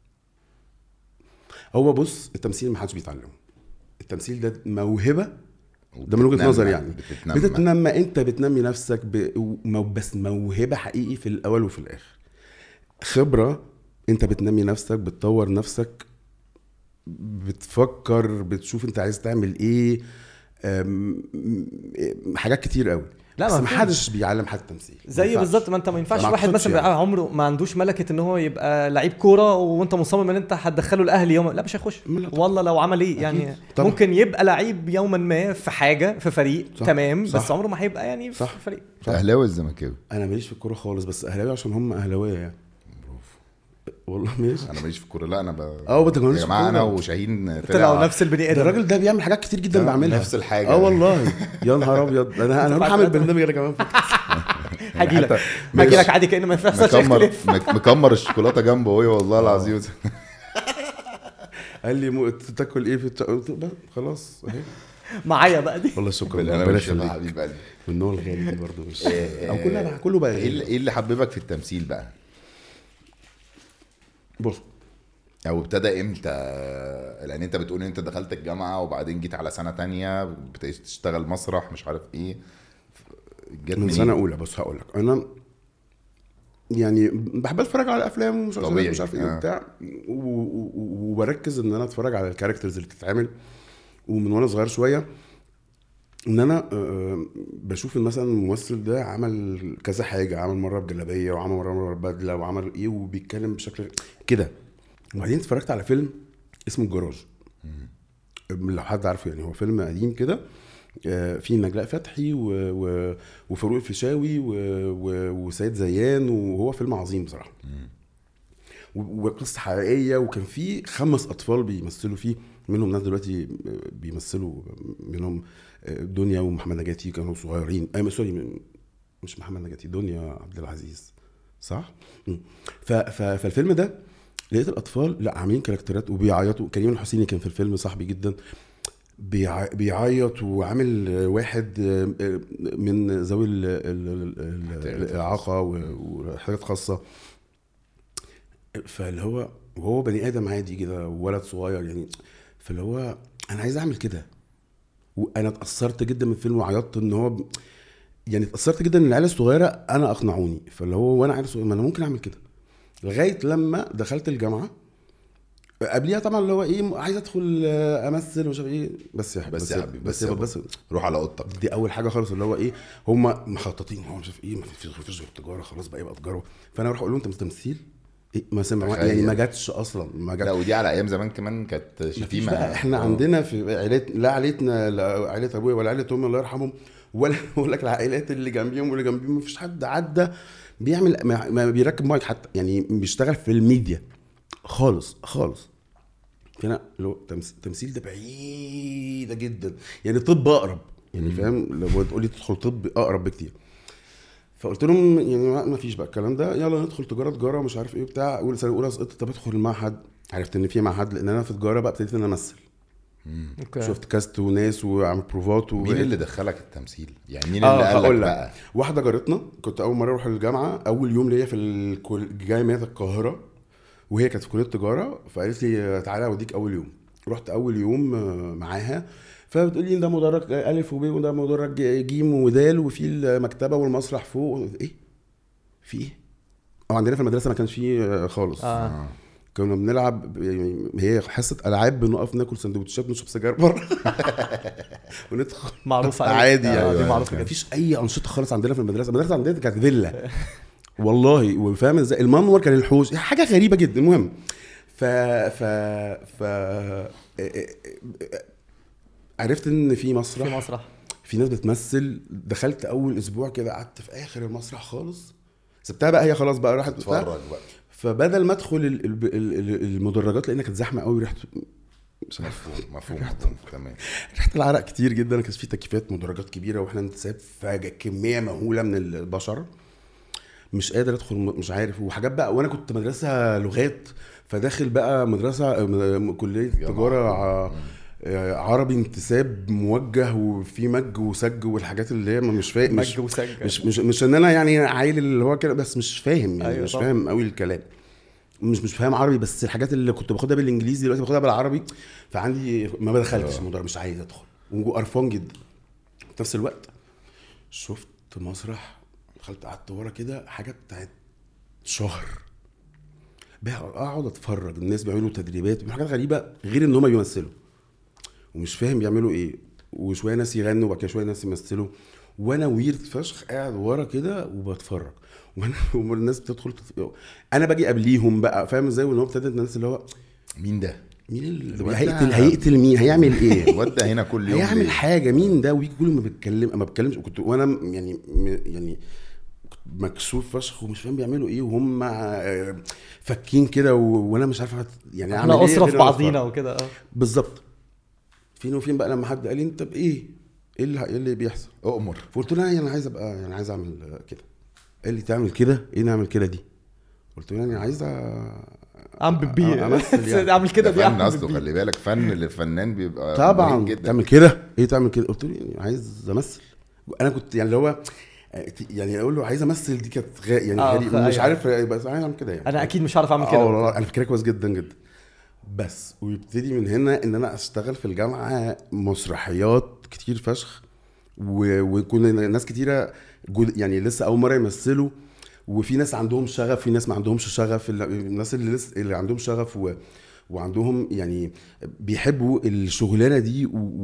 هو بص التمثيل ما حدش بيتعلمه، التمثيل ده موهبه، ده من وجهه نظري يعني. بتتنمى انت بتنمي نفسك بس موهبه حقيقي في الاول وفي الاخر. خبره انت بتنمي نفسك، بتطور نفسك، بتفكر، بتشوف انت عايز تعمل ايه، حاجات كتير قوي. لا بس ما ما حدش بيعلم حد تمثيل زي بالظبط. ما انت ما ينفعش ما واحد أقصدش مثلا يعني. عمره ما عندوش ملكه ان هو يبقى لعيب كوره، وانت مصمم ان انت هتدخله الاهلي يوم، لا مش هيخش والله لو عمل ايه يعني. طبعا. ممكن يبقى لعيب يوما ما في حاجه في فريق صح. تمام، صح. بس عمره ما هيبقى يعني صح. في فريق. اهلاوي الزمالكاوي؟ انا ماليش في الكوره خالص، بس اهلاوي عشان هم اهلاويه يعني. والله ماشي. انا ماليش في الكوره، لا انا انت ماليش يا في جماعه انا الكورة. وشاهين طلعوا نفس البني ده ادم. الراجل ده بيعمل حاجات كتير جدا بعملها نفس الحاجه. والله يا نهار ابيض، انا هروح اعمل برنامج انا كمان هاجي لك عادي كأنه ما يحصلش اختلاف. مكمر الشوكولاته جنبه وهي والله العظيم. قال لي تاكل ايه في خلاص اهي معايا بقى دي. والله شكرا، انا ربنا مش يخليك. حبيب قلبي. والنوع الغالي دي برضه مش او كله بقى ايه اللي حببك في التمثيل بقى؟ بص، او ابتدى امتى؟ لان انت بتقول ان انت دخلت الجامعه وبعدين جيت على سنه تانية بتشتغل مسرح مش عارف ايه، جت من سنه اولى. بص هقول لك، انا يعني بحب اتفرج على افلام ومسلسلات مش عارف ايه وبتاع، وبركز ان انا اتفرج على الكاركترز اللي بتتعمل. ومن وانا صغير شويه ان انا بشوف مثلا الممثل ده عمل كذا حاجه، عمل مره بجلابيه، وعمل مره بدله، وعمل ايه، وبيتكلم بشكل كده. وبعدين اتفرجت على فيلم اسمه الجراج، لو حد عارفه يعني. هو فيلم قديم كده، في نجلاء فتحي وفاروق الفيشاوي وسيد زيان، وهو فيلم عظيم بصراحه. وقصه حقيقيه، وكان في 5 اطفال بيمثلوا فيه، منهم ناس دلوقتي بيمثلوا، منهم دنيا ومحمد نجاتي كانوا صغيرين. سوري مش محمد نجاتي، دنيا عبد العزيز صح. فالفيلم ده لقيت الاطفال لا عاملين كاركترات وبيعيطوا. كريم الحسيني كان في الفيلم صاحبي جدا، بيعيط، وعامل واحد من ذوي الاعاقه وحاجات خاصه. فاللي هو وهو بني ادم عادي كده، ولد صغير يعني. فاللي هو انا عايز اعمل كده. وانا اتاثرت جدا من الفيلم وعيطت ان هو يعني اتاثرت جدا ان العيله الصغيره انا اقنعوني. فاللي هو وانا عيل صغير ما انا ممكن اعمل كده. لغايه لما دخلت الجامعه قبليها طبعا اللي هو ايه، عايز ادخل امثل ومش عارف ايه. بس يا حبيبي بس روح على اوضتك. دي اول حاجه خالص، اللي هو ايه، هم مخططين هو مش عارف ايه، ما فيش تجاره خلاص بقى يبقى تجاره. فانا اروح اقول له انت تمثيل إيه؟ ما سمع يعني، ما جاتش اصلا، ما جاتش. لا ودي على ايام زمان كمان كانت شتيمه. احنا عندنا في عائلات، لا عائلتنا لا عائله ابويا ولا عائله امي الله يرحمهم، ولا اقول لك العائلات اللي جنبيهم واللي جنبيهم، ما فيش حد عدى بيعمل ما بيركب مايك حتى، يعني بيشتغل في الميديا خالص خالص. هنا لو تمثيل ده بعيده جدا يعني. طب اقرب يعني فاهم لو تقول لي تدخل طب اقرب بكتير. فقلت لهم يعني ما فيش بقى الكلام ده، يلا ندخل تجاره مش عارف ايه بتاع. اول سنه اولى سقطت، طب ادخل المعهد. عرفت ان في معهد، لان انا في تجاره بقى ابتديت ان انا امثل. شفت كاست وناس وعمل بروفات مين اللي دخلك التمثيل يعني؟ مين اللي قال لك بقى؟ واحده جارتنا، كنت اول مره اروح الجامعه، اول يوم ليا في جامعه القاهره، وهي كانت في كليه تجاره، فقالت لي تعالى اوديك اول يوم. رحت اول يوم معاها، فبتقول لي ده مدرج الف وب وده مدرج جيم ودال وفي المكتبه والمسرح فوق. ايه في ايه؟ عندنا في المدرسه ما كانش فيه خالص. كنا بنلعب يعني هي حصه العاب، بنقف ناكل سندوتشات ونشرب سجاير بره وندخل معروفه عادي يعني. دي معروفه جدا. مفيش اي انشطه خالص عندنا في المدرسه. المدرسه عندنا كانت فيلا والله، وفاهم ازاي المنور كان الحوش، حاجه غريبه جدا. المهم ف عرفت ان في مسرح، في ناس بتمثل. دخلت اول اسبوع كده، قعدت في اخر المسرح خالص، سبتها بقى هي خلاص بقى راحت تتفرج بقى. فبدل ما ادخل المدرجات لان كانت زحمه قوي، ريحه مش عارف مفهوم تمام، ريحه العرق كتير جدا. ما كانش في تكييفات، مدرجات كبيره، واحنا نتساب كميه مهوله من البشر، مش قادر ادخل مش عارف وحاجات بقى. وانا كنت مدرسه لغات، فداخل بقى مدرسه كليه تجاره عربي، انتساب موجه وفي مج وسج والحاجات اللي هي مش فاهم، مش ان انا يعني عايل اللي هو كده، بس مش فاهم يعني. مش فاهم قوي الكلام، مش فاهم عربي، بس الحاجات اللي كنت باخدها بالانجليزي دلوقتي باخدها بالعربي. فعندي ما بدخلتش المدرج، مش عايز ادخل وقرفان جدا. في نفس الوقت شفت مسرح، دخلت قعدت ورا كده، حاجه بتاعت شهر بقى اقعد اتفرج. الناس بيعملوا تدريبات وحاجات غريبه، غير ان هم بيمثلوا ومش فاهم بيعملوا ايه، وشويه ناس يغنوا وبعد كده شويه ناس يمثلوا، وانا ويرد فشخ قاعد ورا كده وبتفرج. والناس بتدخل انا باجي قبليهم بقى، فاهم ازاي؟ وان هو ابتدت الناس اللي هو مين ده، مين اللي هيقتل مين، هيعمل ايه الواد هنا كل يوم هيعمل حاجه، مين ده؟ ويجي كل ما بتكلمش. كنت وانا يعني مكسوف فشخ ومش فاهم بيعملوا ايه، وهم فاكين كده وانا مش عارف يعني اعمل ايه. احنا اسره في بعضينا وكده. بالظبط. فين وفين بقى لما حد قال لي انت بايه، ايه اللي بيحصل، اؤمر. فقلت له انا عايز ابقى يعني عايز اعمل كده. قال لي تعمل كده ايه؟ نعمل كده دي. قلت له يعني عايز اعمل بيه امثل يعني. اعمل كده دي فن اصله، خلي بالك فن للفنان بيبقى طبعا تعمل كده ايه، تعمل كده. قلت له يعني عايز امثل. انا كنت يعني اللي هو يعني اقول له عايز امثل دي كانت يعني غريب مش عارف، بس عايز اعمل كده يعني. انا اكيد مش عارف اعمل كده. والله انا فكرة كويس جدا جدا. بس ويبتدي من هنا ان انا اشتغل في الجامعه مسرحيات كتير فشخ، وكنا ناس كتيره يعني لسه اول مره يمثلوا، وفي ناس عندهم شغف، في ناس ما عندهمش شغف. الناس اللي عندهم شغف وعندهم يعني بيحبوا الشغلانه دي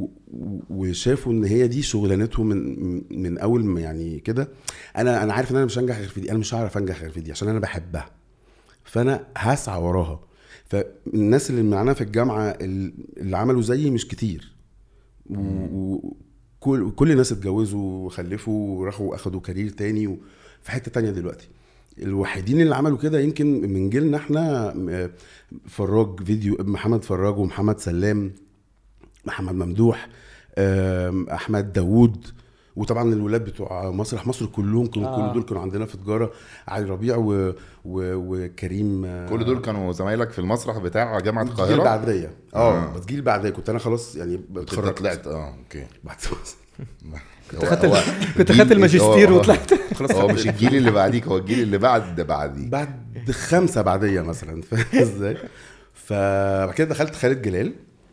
وشافوا ان هي دي شغلانتهم من اول ما يعني كده. انا عارف ان انا مش هنجح غير في دي، انا مش هعرف انجح غير في دي عشان انا بحبها، فانا هسعى وراها. فالناس اللي معانا في الجامعه اللي عملوا زيي مش كتير، وكل الناس اتجوزوا وخلفوا وراحوا اخدوا كارير تاني في حته تانية دلوقتي. الوحيدين اللي عملوا كده يمكن من جيلنا احنا فراج فيديو، محمد فراج ومحمد سلام، محمد ممدوح، احمد داوود، وطبعا الولاد بتوع مسرح مصر كلهم كل دول كانوا عندنا في تجاره، علي ربيع وكريم. كل دول كانوا زمايلك في المسرح بتاع جامعه القاهره؟ جيل بعديه بس جيل بعديه كنت انا خلاص يعني اتخرجت طلعت اوكي بعد كنت خدت الماجستير وطلعت خلاص. هو مش الجيل اللي بعديك، هو الجيل اللي بعد 5 بعديه مثلا، فاهم ازاي؟ فبعد كده دخلت خالد جلال.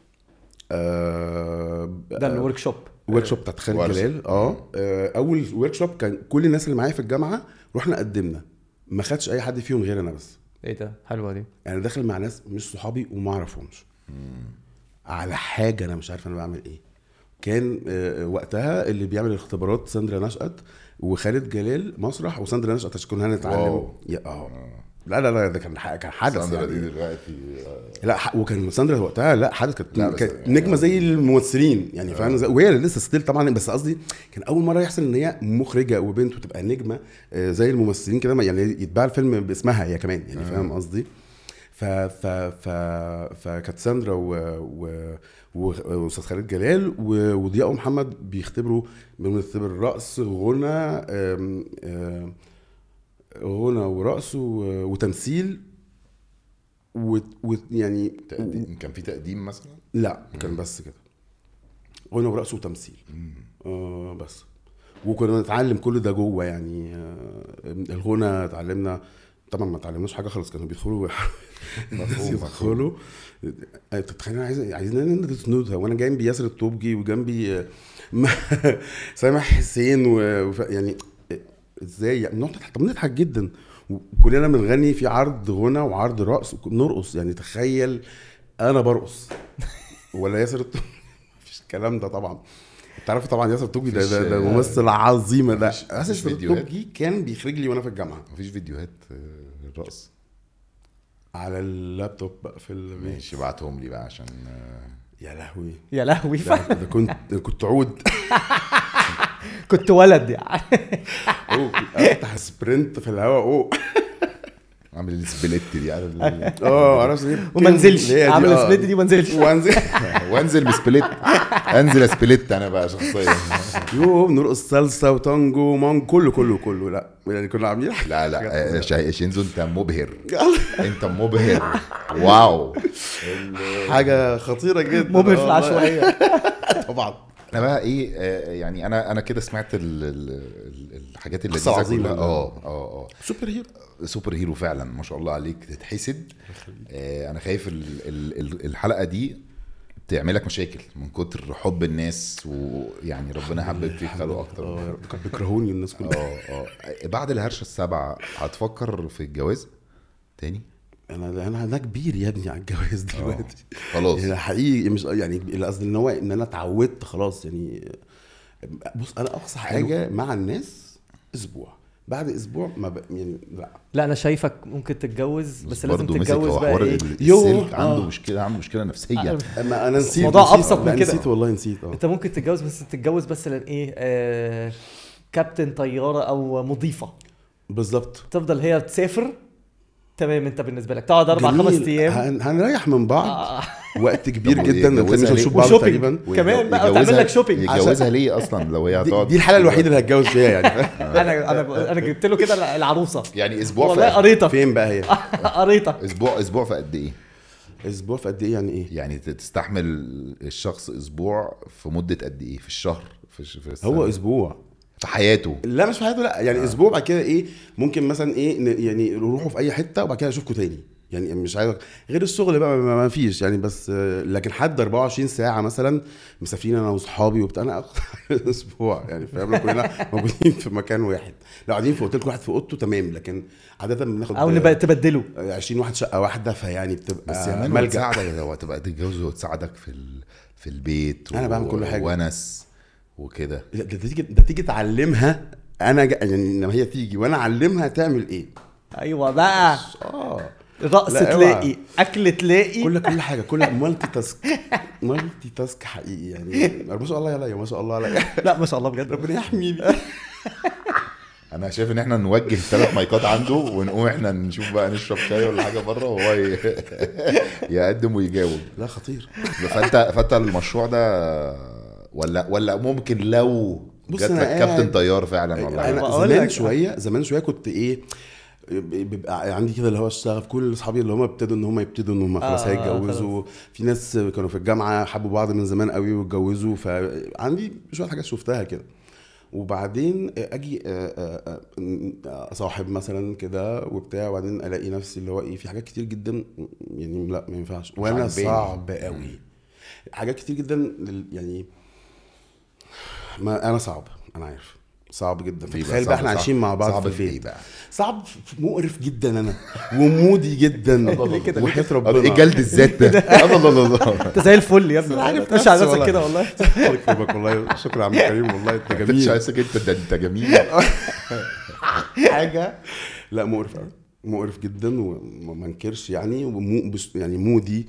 ده الورك شوب بتاعت خالد جلال. اول ورك شوب كان كل الناس اللي معايا في الجامعه رحنا قدمنا، ما خدش اي حد فيهم غير انا بس. ايه ده حلوه دي. يعني داخل مع ناس مش صحابي وما اعرفهمش على حاجه، انا مش عارف انا بعمل ايه. كان وقتها اللي بيعمل الاختبارات ساندرا نشأت وخالد جلال مسرح، وساندرا نشأت عشان كنا هنتعلم. لا ده كان حدث ساندرا يعني. دي دلوقتي لا وكان ساندرا وقتها لا حدث، كانت نجمه زي الممثلين يعني، فاهم ازاي؟ وهي لسه ستيل طبعا، بس قصدي كان اول مره يحصل ان هي مخرجه وبنت وتبقى نجمه زي الممثلين كده، يعني يتباع الفيلم باسمها هي كمان يعني، فاهم قصدي؟ فكانت ساندرا واستاذ خالد جلال وضياء ومحمد بيختبروا بنختبر الرقص غنى ورقص وتمثيل ويعني كان في تقديم مثلا؟ لا كان بس كده غنى ورقص وتمثيل بس. وكنا نتعلم كل ده جوه يعني. الغنى اتعلمنا طبعا، ما اتعلمناش حاجه خالص، كانوا بيدخلوا يدخلوا تتخيل عايزين نتنودها، وانا جنبي ياسر الطوبجي وجنبي سامح حسين يعني ازاي يعني بنضحك جدا، وكلنا بنغني في عرض غنى وعرض رقص نرقص يعني. تخيل انا برقص ولا ياسر الطوبجي؟ مفيش الكلام ده طبعا. تعرف طبعا ياسر الطوبجي ده ممثل عظيم. ده ياسر الطوبجي كان بيخرج لي وانا في الجامعه. مفيش فيديوهات الرقص على اللابتوب بقى في ماشي، بعتهم لي بقى عشان يا لهوي يا لهوي. ده كنت عود. كنت ولد يعني. افتح سبرنت في الهواء عامل السبليت دي عارف عرفت ايه وما نزلش، عامل السبليت دي وما نزلش وانزل بسبليت، انزل سبليت انا بقى شخصيا. نرقص سالسا وتانجو مان كله لا يعني كنا عاملين لا شينزو انت مبهر. انت مبهر. واو حاجه خطيره جدا، مبهر في العشوائيه. طبعا. انا بقى ايه يعني انا كده سمعت الحاجات اللي عظيمه. سوبر هيرو فعلا ما شاء الله عليك، تتحسد. انا خايف الحلقه دي تعملك مشاكل من كتر حب الناس، ويعني ربنا حبب فيك خلقه اكتر. بيكرهوني الناس كلها. بعد الهرشه السابعه هتفكر في الجواز تاني؟ انا كبير يا ابني على الجواز دلوقتي خلاص يعني حقيقي. مش يعني القصد ان هو ان انا اتعودت خلاص يعني. بص انا اقصى حاجه مع الناس اسبوع، بعد اسبوع ما يعني لا انا شايفك ممكن تتجوز، بس لازم تتجوز بقى ايه عنده مشكله نفسيه. انا نسيت موضوع ابسط من كده. نسيت والله نسيت. انت ممكن تتجوز، بس تتجوز بس لان ايه كابتن طياره او مضيفه بالظبط. تفضل هي تسافر تمام، انت بالنسبه لك تقعد 4-5 ايام هنريح من بعض وقت كبير جدا، مش هنشوف بعض تقريبا كمان بقى تعمل لك شوبينج. يتجوزها ليه اصلا لو هي هتقعد؟ دي الحاله الوحيده اللي هتجوز فيها يعني. انا جبت له كده العروسه يعني اسبوع والله قريتها فين بقى هي؟ قريتها اسبوع في قد ايه؟ اسبوع في قد ايه يعني ايه؟ يعني تستحمل الشخص اسبوع في مده قد ايه في الشهر في السنة؟ هو اسبوع في حياته؟ لا مش في حياته، لا يعني اسبوع بعد كده ايه ممكن مثلا ايه يعني نروحوا في اي حته وبعد كده اشوفكم تاني يعني. مش عايز غير الشغل بقى ما فيش يعني، بس لكن حد 24 ساعه مثلا مسافرين انا واصحابي وبتاع انا اسبوع يعني فاهم. كلنا موجودين في مكان واحد، لو قاعدين في اوتيل كل واحد في اوضته تمام، لكن عاده بناخد او نبقى تبدلوا 20 واحد شقه واحده، فيعني بتبقى بس يا مان تساعدك لو تبقى تتجوز وتساعدك في البيت. انا بعمل كل حاجه ونس وكده. ده تيجي تعلمها انا يعني لما هي تيجي وانا اعلمها تعمل ايه. ايوه بقى رقص تلاقي اكل تلاقي كل حاجه كل مالتي تاسك حقيقي يعني. ما شاء الله يا ما شاء الله لا ما شاء الله بجد ربنا يحميني. انا شايف ان احنا نوجه 3 مايكات عنده ونقوم احنا نشوف بقى نشرب شاي ولا حاجه بره وهو يقدم ويجاوب. لا خطير. فانت المشروع ده ولا ممكن لو جات لك كابتن طيار فعلا والله. انا زمان شويه كنت ايه بيبقى عندي كده اللي هو الشغف. كل اصحابي اللي هم ابتدوا ان هم خلاص هيتجوزوا. في ناس كانوا في الجامعه حبوا بعض من زمان قوي واتجوزوا، فعندي شويه حاجات شفتها كده. وبعدين اجي اصاحب مثلا كده وبتاع، وبعدين الاقي نفسي اللي هو ايه في حاجات كتير جدا يعني لا ما ينفعش، وانا صعب قوي حاجات كتير جدا يعني. ما انا صعب، انا عارف صعب جدا. تخيل بقى احنا عايشين مع بعض في البيت بقى. صعب مقرف جدا انا ومودي جدا وحياة ربنا. ايه جلد الذات ده؟ الله انت زي الفل يا ابني، مش على نفسك كده والله. والله شكرا يا عم كريم، والله انت جميل. مش عايزك انت جميل. حاجه لا مقرف جدا وما انكرش يعني. يعني مودي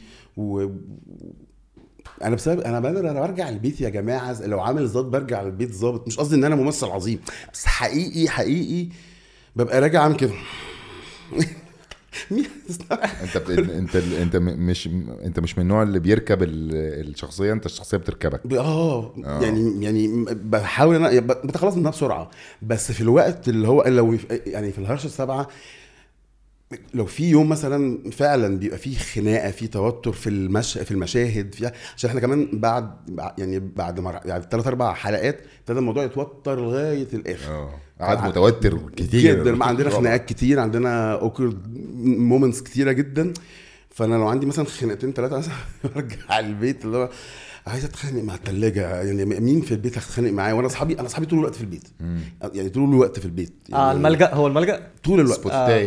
انا بسبب انا برجع البيت يا جماعه لو عامل ظابط برجع البيت ظابط. مش قصدي ان انا ممثل عظيم، بس حقيقي ببقى راجع عامل كده انت مش من النوع اللي بيركب الشخصيه، انت الشخصيه بتركبك. يعني بحاول انا بتخلص منها بسرعه، بس في الوقت اللي هو لو يعني في الهرشه السبعه، لو في يوم مثلا فعلا بيبقى فيه خناقه، فيه توتر في المشاهد فيها، عشان احنا كمان بعد يعني 3-4 حلقات ابتدى الموضوع يتوتر لغايه الاخر. قعد متوتر كتير جدا، ما عندنا خناقات كتير، عندنا اوكورد مومنتس كتيره جدا. فانا لو عندي مثلا 2-3 مثلا ارجع البيت اللي هو عايز اتخانق مع الثلاجه، يعني مين في البيت هتخانق معايا؟ وانا اصحابي طول الوقت في البيت. يعني طول الوقت في البيت يعني الملجأ هو الملجأ طول الوقت.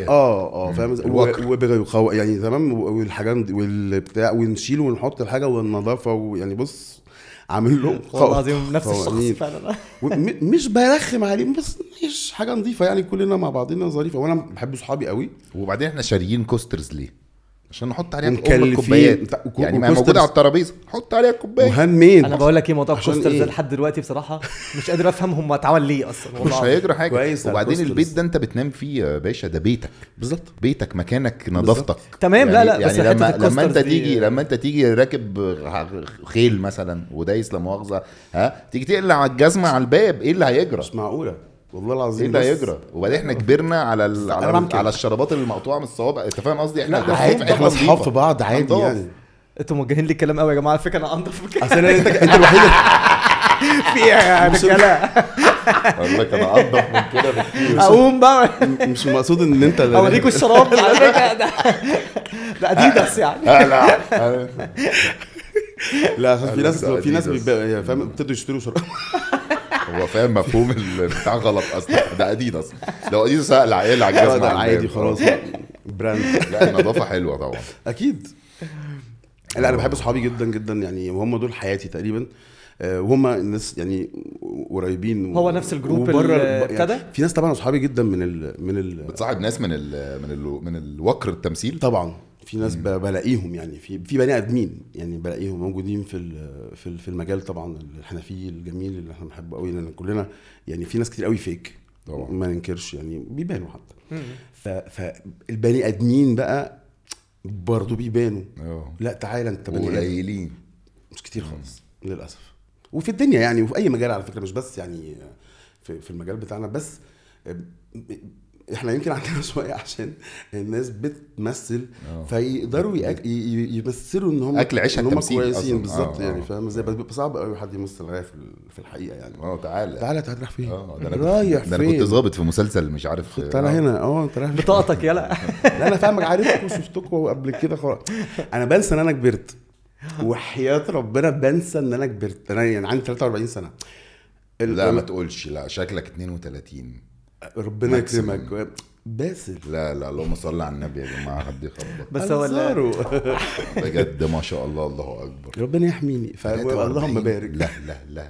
فاهم يعني تمام. والحاجات والبتاع ونشيل ونحط الحاجه والنظافه، ويعني بص عامل لهم والله العظيم نفس الشخص فعلا. مش برخم عليهم، بس مش حاجه نظيفه يعني، كلنا مع بعضنا ظريفه. وانا بحب صحابي قوي. وبعدين احنا شاريين كوسترز ليه؟ عشان نحط عليها الكوبايات، يعني ما موجوده على الترابيزه حط عليها كوبايه وهان ميد. انا بقول لك ايه، موضوع الكوسترز ده لحد دلوقتي بصراحه مش قادر افهم هم اتعمل ليه اصلا. مش هيجرى حاجه. وبعدين البيت ده انت بتنام فيه يا باشا، ده بيتك بالظبط، بيتك مكانك نظافتك تمام. يعني لا يعني بس لما انت تيجي راكب خيل مثلا ودايس لا مؤاخذه، تيجي تقلع على الجزمه على الباب، ايه اللي هيجرى؟ مش معقوله والله العظيم. ايه اللي هيجرى؟ وبعدين احنا كبرنا على الشرابات اللي مقطوعه من الصوابع. انت فاهم قصدي؟ احنا اصحاب في بعض عادي يعني. انتوا موجهين لي الكلام قوي يا جماعه. على فكره انا انضف من كده. اصل انت الوحيد فيها يعني كلام. اقول لك انا انضف من كده بكتير. اقوم بقى. مش المقصود ان انت اوريكوا الشراب على فكره ده اديداس يعني. لا في ناس فاهم ابتدوا يشتروا شراب. هو فاهم مفهوم بتاع غلط اصلا. ده اديداس، لو اديداس اقلع على الجزمه عادي خلاص براند. لا النظافه حلوه طبعا اكيد. لا انا بحب صحابي جدا جدا يعني، وهم دول حياتي تقريبا. وهم الناس يعني قريبين. هو نفس الجروب اللي ابتدى يعني في ناس طبعا صحابي جدا من بتصاحب ناس من الوكر التمثيل طبعا. في ناس بلاقيهم يعني في بني ادمين يعني بلاقيهم موجودين في المجال طبعا الحنفي الجميل اللي احنا بنحبه قوي، لان كلنا يعني في ناس كتير قوي فيك طبعا ما ننكرش يعني، بيبانوا حتى. فالبني ادمين بقى برضو بيبانوا. لا تعالى انت بني قليلين، مش كتير خالص للاسف. وفي الدنيا يعني، وفي اي مجال على فكره، مش بس يعني في المجال بتاعنا بس. احنا يمكن عندنا شويه عشان الناس بتمثل فيقدروا يمثلوا ان هم اكل عيشها التمثيل كويسين بالظبط يعني. فاهم ازاي؟ بس صعب قوي حد يمثل غير في الحقيقه يعني. تعالى رايح فين؟ رايح فين؟ انا كنت ظابط في مسلسل مش عارف. تعالى هنا. انت رايح بطاقتك يلا. لا انا فاهمك، عارفك وشفتكوا قبل كده خلاص. انا بنسى ان انا كبرت، وحياة ربنا بنسى ان انا كبرت. انا يعني عندي 43 سنه. لا ما تقولش، لا شكلك 32. ربنا يكرمك باسل. لا اللهم صل على النبي يا جماعه، حد يخبط. بس هو بجد ما شاء الله، الله اكبر، ربنا يحميني. اللهم بارك. لا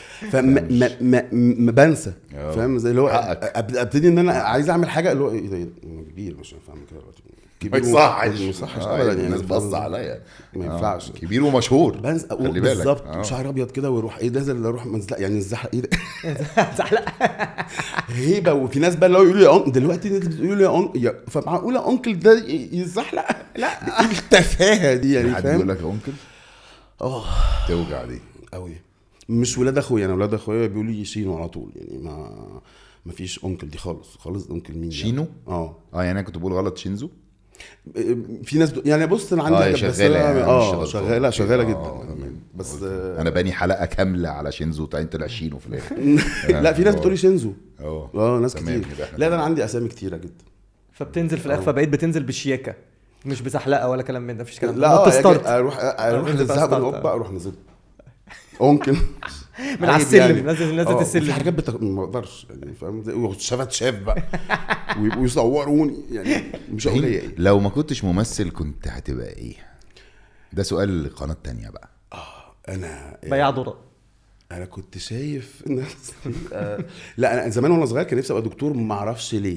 ما بنسى. فاهم زي اللي هو ابتدي ان انا عايز اعمل حاجه اللي هو ايه ده كبير، مش فاهم كده كبير ما يصحش ابدا يعني. الناس بص عليا ما ينفعش. كبير ومشهور بالظبط. شعر ابيض كده ويروح ايه ده اللي اروح منزل يعني الزحلق ايه ده زحلق هيبه. وفي ناس بقى اللي هو يقولوا لي دلوقتي الناس بتقول لي فمعقوله انكل ده يزحلق؟ لا التفاهه دي يعني. حد يقول لك يا انكل توجع دي قوي. مش ولاد اخويا، انا ولاد اخويا بيقولوا لي شينو على طول يعني. ما فيش انكل دي خالص. انكل مين شينو؟ يعني يعني انا كنت بقول غلط شينزو. في ناس يعني بص انا عندي شغاله يعني شغاله جدا. بس انا باني حلقه كامله على شينزو طلع شينو في الاخر. لا في ناس بتقول لي شينزو. ناس كتير. لا انا عندي اسامي كتيره جدا. فبتنزل في الاخر فبقيت بتنزل بالشياكه، مش بزحلقه ولا كلام من ده. مفيش كلام. لا اروح للذهب والنقبه اروح نزل ممكن من على السلم يعني. نزلت السلم. في حاجات ما اقدرش يعني. فاهم شاف بقى ويبقوا يصوروني يعني. مش هقول ايه. لو ما كنتش ممثل كنت هتبقى ايه؟ ده سؤال القناه التانية بقى. انا بياع ذره. انا كنت شايف الناس لا انا زمان وانا صغير كان نفسي ابقى دكتور. ما اعرفش ليه.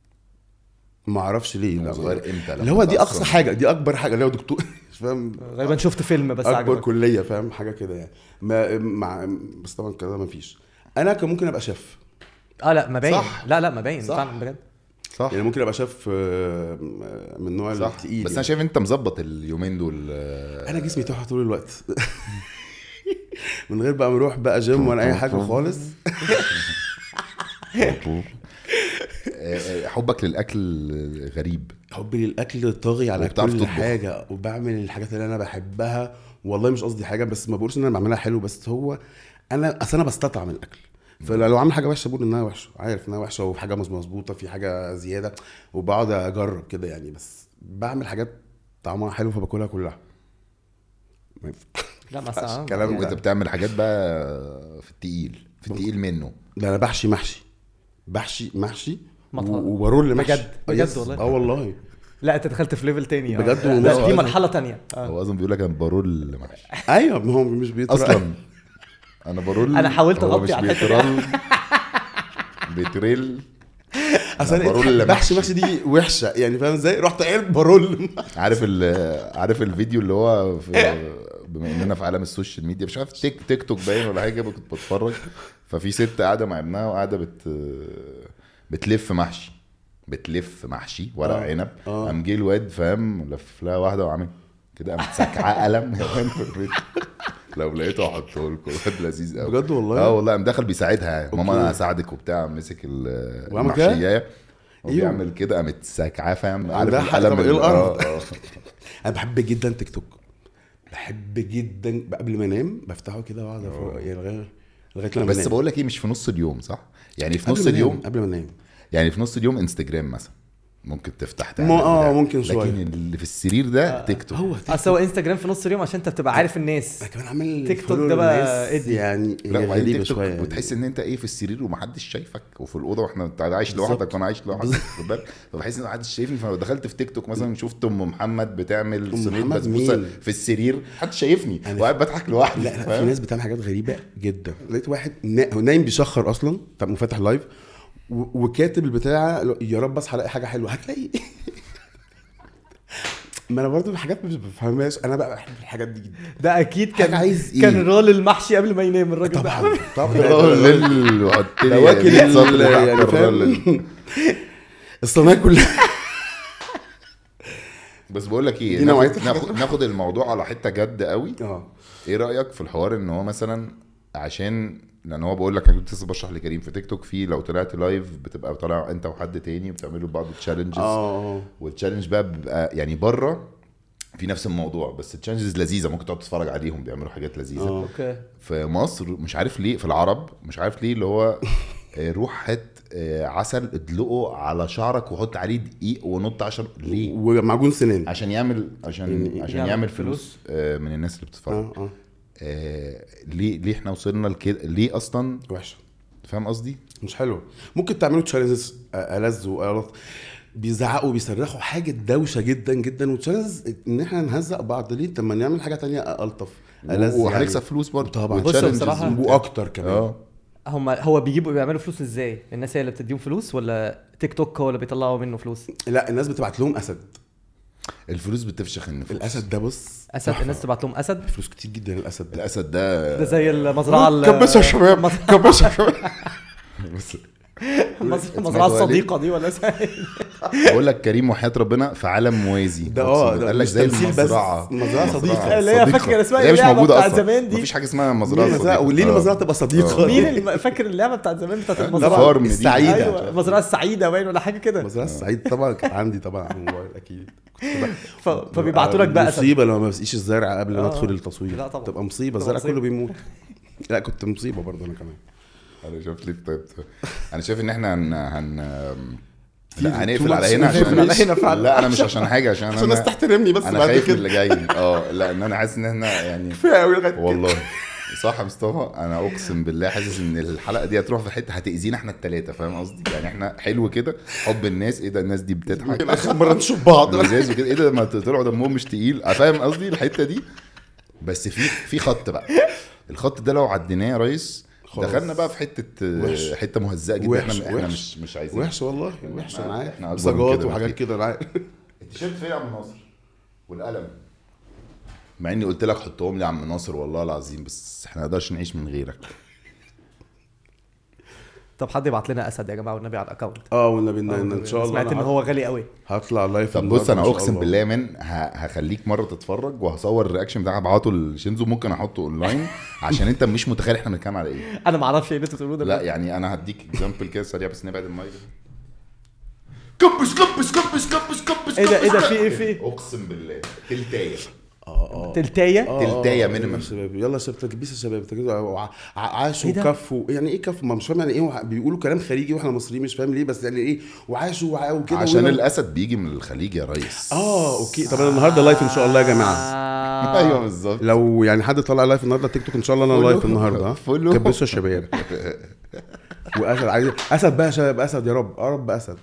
لا صغير امتى؟ اللي هو دي اقصى حاجه، دي اكبر حاجه اللي هو دكتور. فاهم غالبا شفت فيلم بس اكبر عجبك. كليه فاهم حاجه كده يعني. بس طبعا كده ما فيش. انا كان ممكن ابقى شيف. لا ما باين. لا ما باين فعلا بجد. صح. يعني ممكن ابقى شاف من النوع التقيل بس يعني. انا شايف انت مظبط اليومين دول. انا جسمي تحفه طول الوقت من غير بقى نروح بقى جيم ولا اي حاجه خالص. حبك للاكل غريب. حبي للاكل طاغي على وبتعرف كل تطبخ. حاجه، وبعمل الحاجات اللي انا بحبها. والله مش قصدي حاجه، بس ما بقولش ان انا بعملها حلو، بس هو انا بستطعم الاكل. فلو عامل حاجه وحشه بقول انها وحشه، عارف انها وحشه، وحاجه مش مظبوطه، في حاجه زياده، وبقعد اجرب كده يعني. بس بعمل حاجات طعمها حلو فباكلها كلها. ما لا ينفعش مثلا الكلام وانت ده. بتعمل حاجات بقى في التقيل منه. ده انا بحشي محشي مطهى. وبرول محشي. بجد والله. والله لا انت دخلت في ليفل تاني. بجد لا والله. دي مرحله تانية. هو اصلا بيقول لك انا برول محشي ايوه، ما هو مش بيطرق اصلا. انا برول. أنا حاولت هو أغطي مش على الحتة دي. اصل بيترل. انا بحشي محشي دي وحشه يعني، فاهم ازاي؟ رحت قايل برول. عارف الفيديو اللي هو بما اننا في عالم السوشيال ميديا، مش عارف تيك توك باين ولا حاجه، كنت بتفرج ففي ست قاعده مع ابنها وقاعده بتلف محشي ورق عنب. قام جه الواد فاهم لف لها واحده وعامل كده، قام سكعاه قلم في الفيديو. لو لقيته هحطه لكم، واد لذيذ قوي بجد والله. والله قام دخل بيساعدها يعني، ماما انا هساعدك وبتاع، مسك المحشيه وبيعمل كده، قامت ساكعاه فاهم، عارف القلم ايه الارض. انا بحب جدا تيك توك، بحب جدا قبل ما انام بفتحه كده واقعد يعني لغايه لما بس انام. بقول لك ايه، مش في نص اليوم صح يعني، في نص قبل ما اليوم أنام، قبل ما انام يعني في نص اليوم انستجرام مثلا ممكن تفتح تعمل ممكن شويه، لكن اللي في السرير ده تيك توك. هو اصل هو انستجرام في نص اليوم عشان انت بتبقى عارف الناس. انا كمان عامل تيك توك ده بقى ادي يعني لا وبعدين غريبه تيك توك شويه بتحس ان انت ايه في السرير ومحدش شايفك، وفي الاوضه واحنا انت عايش لوحدك وانا عايش لوحدك، خد بالك، فبحس ان محدش شايفني. فلو دخلت في تيك توك مثلا شفت ام محمد بتعمل صينيه بسبوسه في السرير، محدش شايفني وقاعد بضحك لوحدي. لا في ناس بتعمل حاجات غريبه جدا. لقيت واحد نايم بيشخر اصلا، طب مفتح لايف وكاتب البتاع يا رب اصحى الاقي حاجه حلوه. هتلاقي ما انا برضو الحاجات مش بفهمهاش، انا بقى بحب الحاجات دي جدا. ده اكيد كان عايز إيه؟ كان رول المحشي قبل ما ينام الراجل طبعا ده. طبعا ده واكل يعني فاهم الصينيه كلها. بس بقول لك ايه، ناخد الموضوع على حته جد قوي. ايه رايك في الحوار ان هو مثلا عشان لان هو بقول لك انا كنت لسه بشرح لكريم في تيك توك، في لو طلعت لايف بتبقى طالع انت وحد تاني وبتعملوا بعض تشالنجز. والتشالنج بقى بيبقى يعني بره في نفس الموضوع، بس التشالنجز لذيذه ممكن تقعد تتفرج عليهم، بيعملوا حاجات لذيذه. اوكي. في مصر مش عارف ليه، في العرب مش عارف ليه، اللي هو روح هات عسل ادلقه على شعرك وحط عليه دقيق ونط 10 ليه، ومعجون سنان عشان يعمل فلوس من الناس اللي بتتفرج. ليه احنا وصلنا لكده؟ ليه اصلا وحشه؟ فاهم قصدي؟ مش حلو. ممكن تعملوا تشالنجز ألذ وألط، بيزعقوا بيصرخوا حاجه دوشه جدا جدا، وتشالنجز ان احنا نهزق بعض. ليه؟ طب ما نعمل حاجه تانية ألطف ألذ وهنكسب يعني. فلوس برضه طبعا بصراحة واكتر كمان. هو بيعملوا فلوس ازاي؟ الناس هي اللي بتديهم فلوس ولا تيك توك هو اللي بيطلعوا منه فلوس؟ لا الناس بتبعت لهم اسد. الفلوس بتفشخ النفوس. الاسد ده بص اسد، الناس تبعت لهم اسد، فلوس كتير جدا. الاسد ده زي المزرعه كبسوا يا شباب كبسوا يا شباب. المزرعه الصديقه دي ولا بقول لك كريم وحياة ربنا في عالم موازي ده قال لك زي المزرعه صديقه اللي هي فاكر اسمها هي مش موجوده بتاعت اصلا زمان دي. مفيش حاجه اسمها مزرعه صديقه. وليه المزرعه تبقى صديقه؟ مين اللي فاكر اللعبه بتاعت زمان بتاعت المزرعه الفارم دي؟ السعيده. ايوه المزرعه السعيده باين ولا حاجه كده. المزرعه السعيده طبعا كانت عندي طبعا على الموبايل اكيد. فبيبعتوا لك بقى مصيبه لو ما بسقيش الزرع قبل ما ادخل التصوير. لا طبعا تبقى مصيبه، الزرع كله بيموت. لا كنت مصيبه برضه انا كمان. انا شايف ليه طيب انا شايف ان احنا لا هنقفل على هنا عشان لا انا مش عشان حاجه، عشان الناس تحترمني بس انا خايف من اللي جاي. لا ان انا حاسس ان احنا يعني كفايه قوي لغايه والله صح يا مصطفى. انا اقسم بالله حاسس ان الحلقه دي هتروح في حته هتاذينا احنا الثلاثه، فاهم قصدي؟ يعني احنا حلو كده حب الناس، ايه ده الناس دي بتضحك اخر مره نشوف بعض لذيذ وكده، ايه ده ما طلعوا دمهم مش تقيل، فاهم قصدي الحته دي؟ بس في خط بقى، الخط ده لو عديناه يا ريس دخلنا بقى في حته مهزأه جدا. احنا مش عايزين وحش والله وحش. انا عارف احنا سجات وحاجات كده. انا عارف التيشيرت فين يا عم ناصر والقلم؟ مع اني قلت لك حطهم لي يا عم ناصر والله العظيم، بس احنا ما نقدرش نعيش من غيرك. طب حد يبعت لنا اسد يا جماعه والنبي على الاكونت. والنبي ان شاء الله. سمعت ان هو غالي قوي. هطلع لايف. طب بص انا اقسم بالله من هخليك مره تتفرج وهصور الرياكشن بتاعك ابعته لشينزو، ممكن احطه اونلاين عشان انت مش متخيل احنا بنتكلم على ايه. انا ما اعرفش ايه اللي انتوا بتقولوه ده. لا يعني انا هديك اكزامبل كده سريع بس نبعد المايك. كبس كبس كبس كبس كبس. ايه ده في ايه اقسم بالله تلتايه تلتايه مينيمم. يلا شباب تكبيس يا شباب عاشوا كفوا. يعني ايه كفوا؟ ما مش فاهم يعني ايه. بيقولوا كلام خليجي واحنا مصريين مش فاهم ليه، بس يعني ايه وعاشوا وكده عشان الاسد بيجي من الخليج يا ريس. اوكي. طب انا النهارده لايف ان شاء الله يا جماعه. ايوه بالظبط. لو يعني حد طلع لايف النهارده تيك توك ان شاء الله انا لايف النهارده. كبسوا يا شباب. واسد عايز اسد بقى يا شباب. اسد يا رب اسد.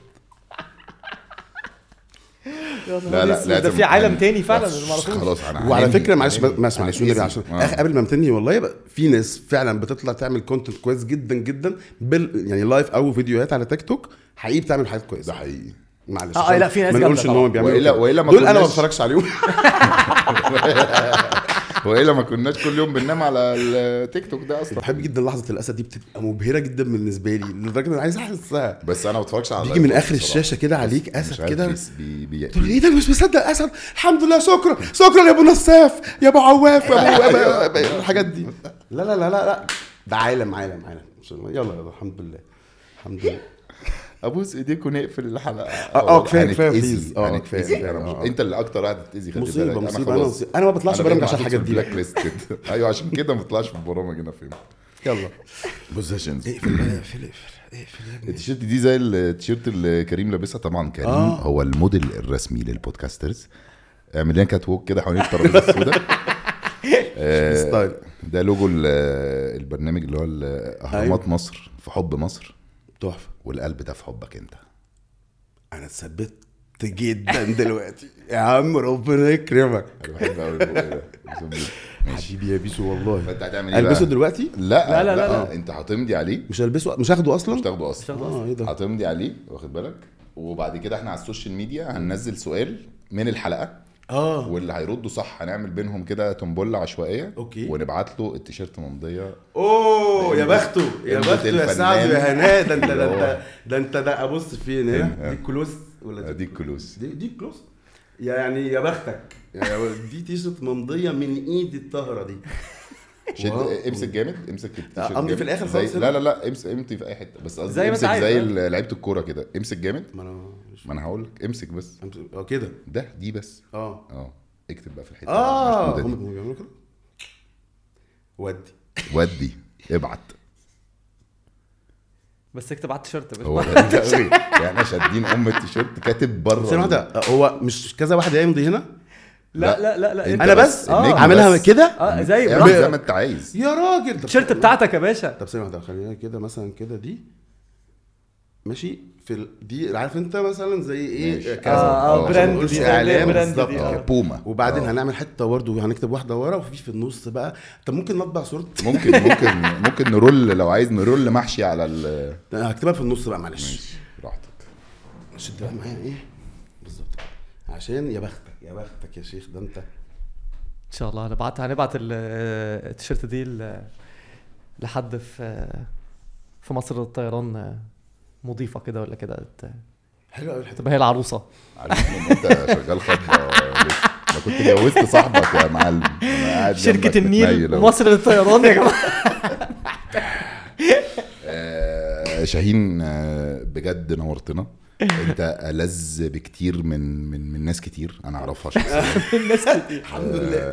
لا ده في عالم تاني فعلا ما نعرفوش. خلاص انا وعلى فكره معلش عشان قبل ما امتني والله في ناس فعلا بتطلع تعمل كونتنت كويس جدا جدا يعني لايف او فيديوهات على تيك توك حقيقي بتعمل حاجات كويسه. ده حقيقي. معلش لا في ناس ما نقولش ان هم بيعملوا والا ما دول انا ما بتفرجش عليهم. والا ما كناش كل يوم بننام على التيك توك ده اصلا. بحب جدا لحظه الاسد دي، بتبقى مبهره جدا بالنسبه لي لدرجه ان انا عايز احسها. بس انا ما بتفرجش على بيجي من اخر الشاشه كده عليك اسد كده تقول ايه ده مش مصدق اسد. الحمد لله شكرا يا ابو نساف يا ابو عواف يا ابو الحاجات دي. لا ده عالم يلا الحمد لله ابوس ايديك ونقفل الحلقه. كفايه. انت اللي اكتر واحد تاذي. مصيبه انا ما بطلعش برامج عشان الحاجات دي. ايوه عشان كده ما بطلعش في البرامج هنا فين. يلا بوزيشنز. اقفل التيشيرت دي زي التيشيرت اللي كريم لابسها. طبعا كريم هو الموديل الرسمي للبودكاسترز. اعمل لنا كات ووك كده حوالين الترابيزه السوداء. ده لوجو البرنامج اللي هو اهرامات مصر في حب مصر. تحفه. والقلب ده في حبك انت. انا اتثبت جدا دلوقتي يا عم ربنا يكرمك. انا بحب قوي ده حبيبي يا بيسو والله. فانت هتعمل ايه؟ البسه دلوقتي؟ لا انت هتمضي عليه. مش هلبسه. مش هاخده اصلا. مش تاخده اصلا. ايه ده؟ هتمضي عليه واخد بالك. وبعد كده احنا على السوشيال ميديا هننزل سؤال من الحلقه. واللي هيردوا صح هنعمل بينهم كده تنبله عشوائيه. أوكي. ونبعت له التيشيرت ممضيه. يا بخته يا سعد يا هناء. ده انت ده ابص فين هنا. دي كلوز ولا دي كلوز؟ دي كلوز يعني يا بختك. دي تيشيرت ممضيه من ايد الطهره دي. امسك جامد. امسك التيشيرت امضي في الاخر خالص. لا امضي في اي حته بس قصدي امسك زي لعيبه الكوره كده. امسك جامد. ما انا هقول لك امسك بس كده. دي بس اكتب بقى في الحته. هم بيعملوا كده. ودي ابعت بس اكتب على التيشيرت هو يعني شادين التيشيرت كاتب بره. هو مش كذا واحد يمضي هنا. لا انا بس عاملها كده زي ما انت عايز يا راجل. التيشيرت بتاعتك يا باشا. طب ثانيه واحده خلينا كده مثلا كده دي ماشي في دي. عارف انت مثلا زي ايه كذا براند دي اعلان بوما. وبعدين هنعمل حته برده هنكتب واحده ورا وفي النص بقى. طب ممكن نطبع صوره. ممكن نرول. لو عايز نرول محشي على هكتبها في النص بقى معلش براحتك. شد بقى معايا ايه بالظبط عشان يا بختك يا شيخ. ده انت ان شاء الله هنبعت التيشيرت دي لحد في مصر للطيران مضيفه كده ولا كده. حلو قوي الحته. تبقى هي العروسه. عارف ان انت شغال خطبه. انا كنت جوزت صاحبك يا معلم. انا قاعد شركه النيل ومصر للطيران يا جماعه. شاهين بجد نورتنا. انت ألذ بكتير من ناس كتير انا اعرفها شخصيا. الناس كتير الحمد لله.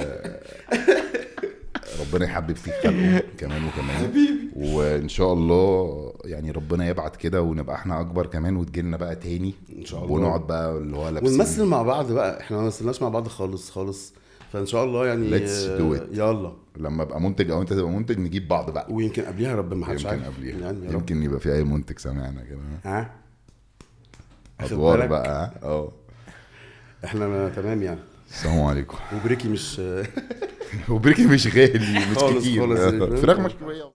ربنا يحبب فيك خلقه كمان حبيبي. وان شاء الله يعني ربنا يبعت كده ونبقى احنا اكبر كمان وتجيلنا بقى تاني ان شاء الله. ونقعد بقى اللي هو لابسين ونمثل مع بعض بقى. احنا ما مثلناش مع بعض خالص فان شاء الله يعني يلا لما ابقى منتج او انت تبقى منتج نجيب بعض بقى. ويمكن قبليها ربنا ما حدش عارف يعني يمكن يبقى في اي منتج سامعنا كده. ادوار بقى. احنا تمام يعني. السلام عليكم. وبريكي مش غالي مش كتير. فراخ مشوية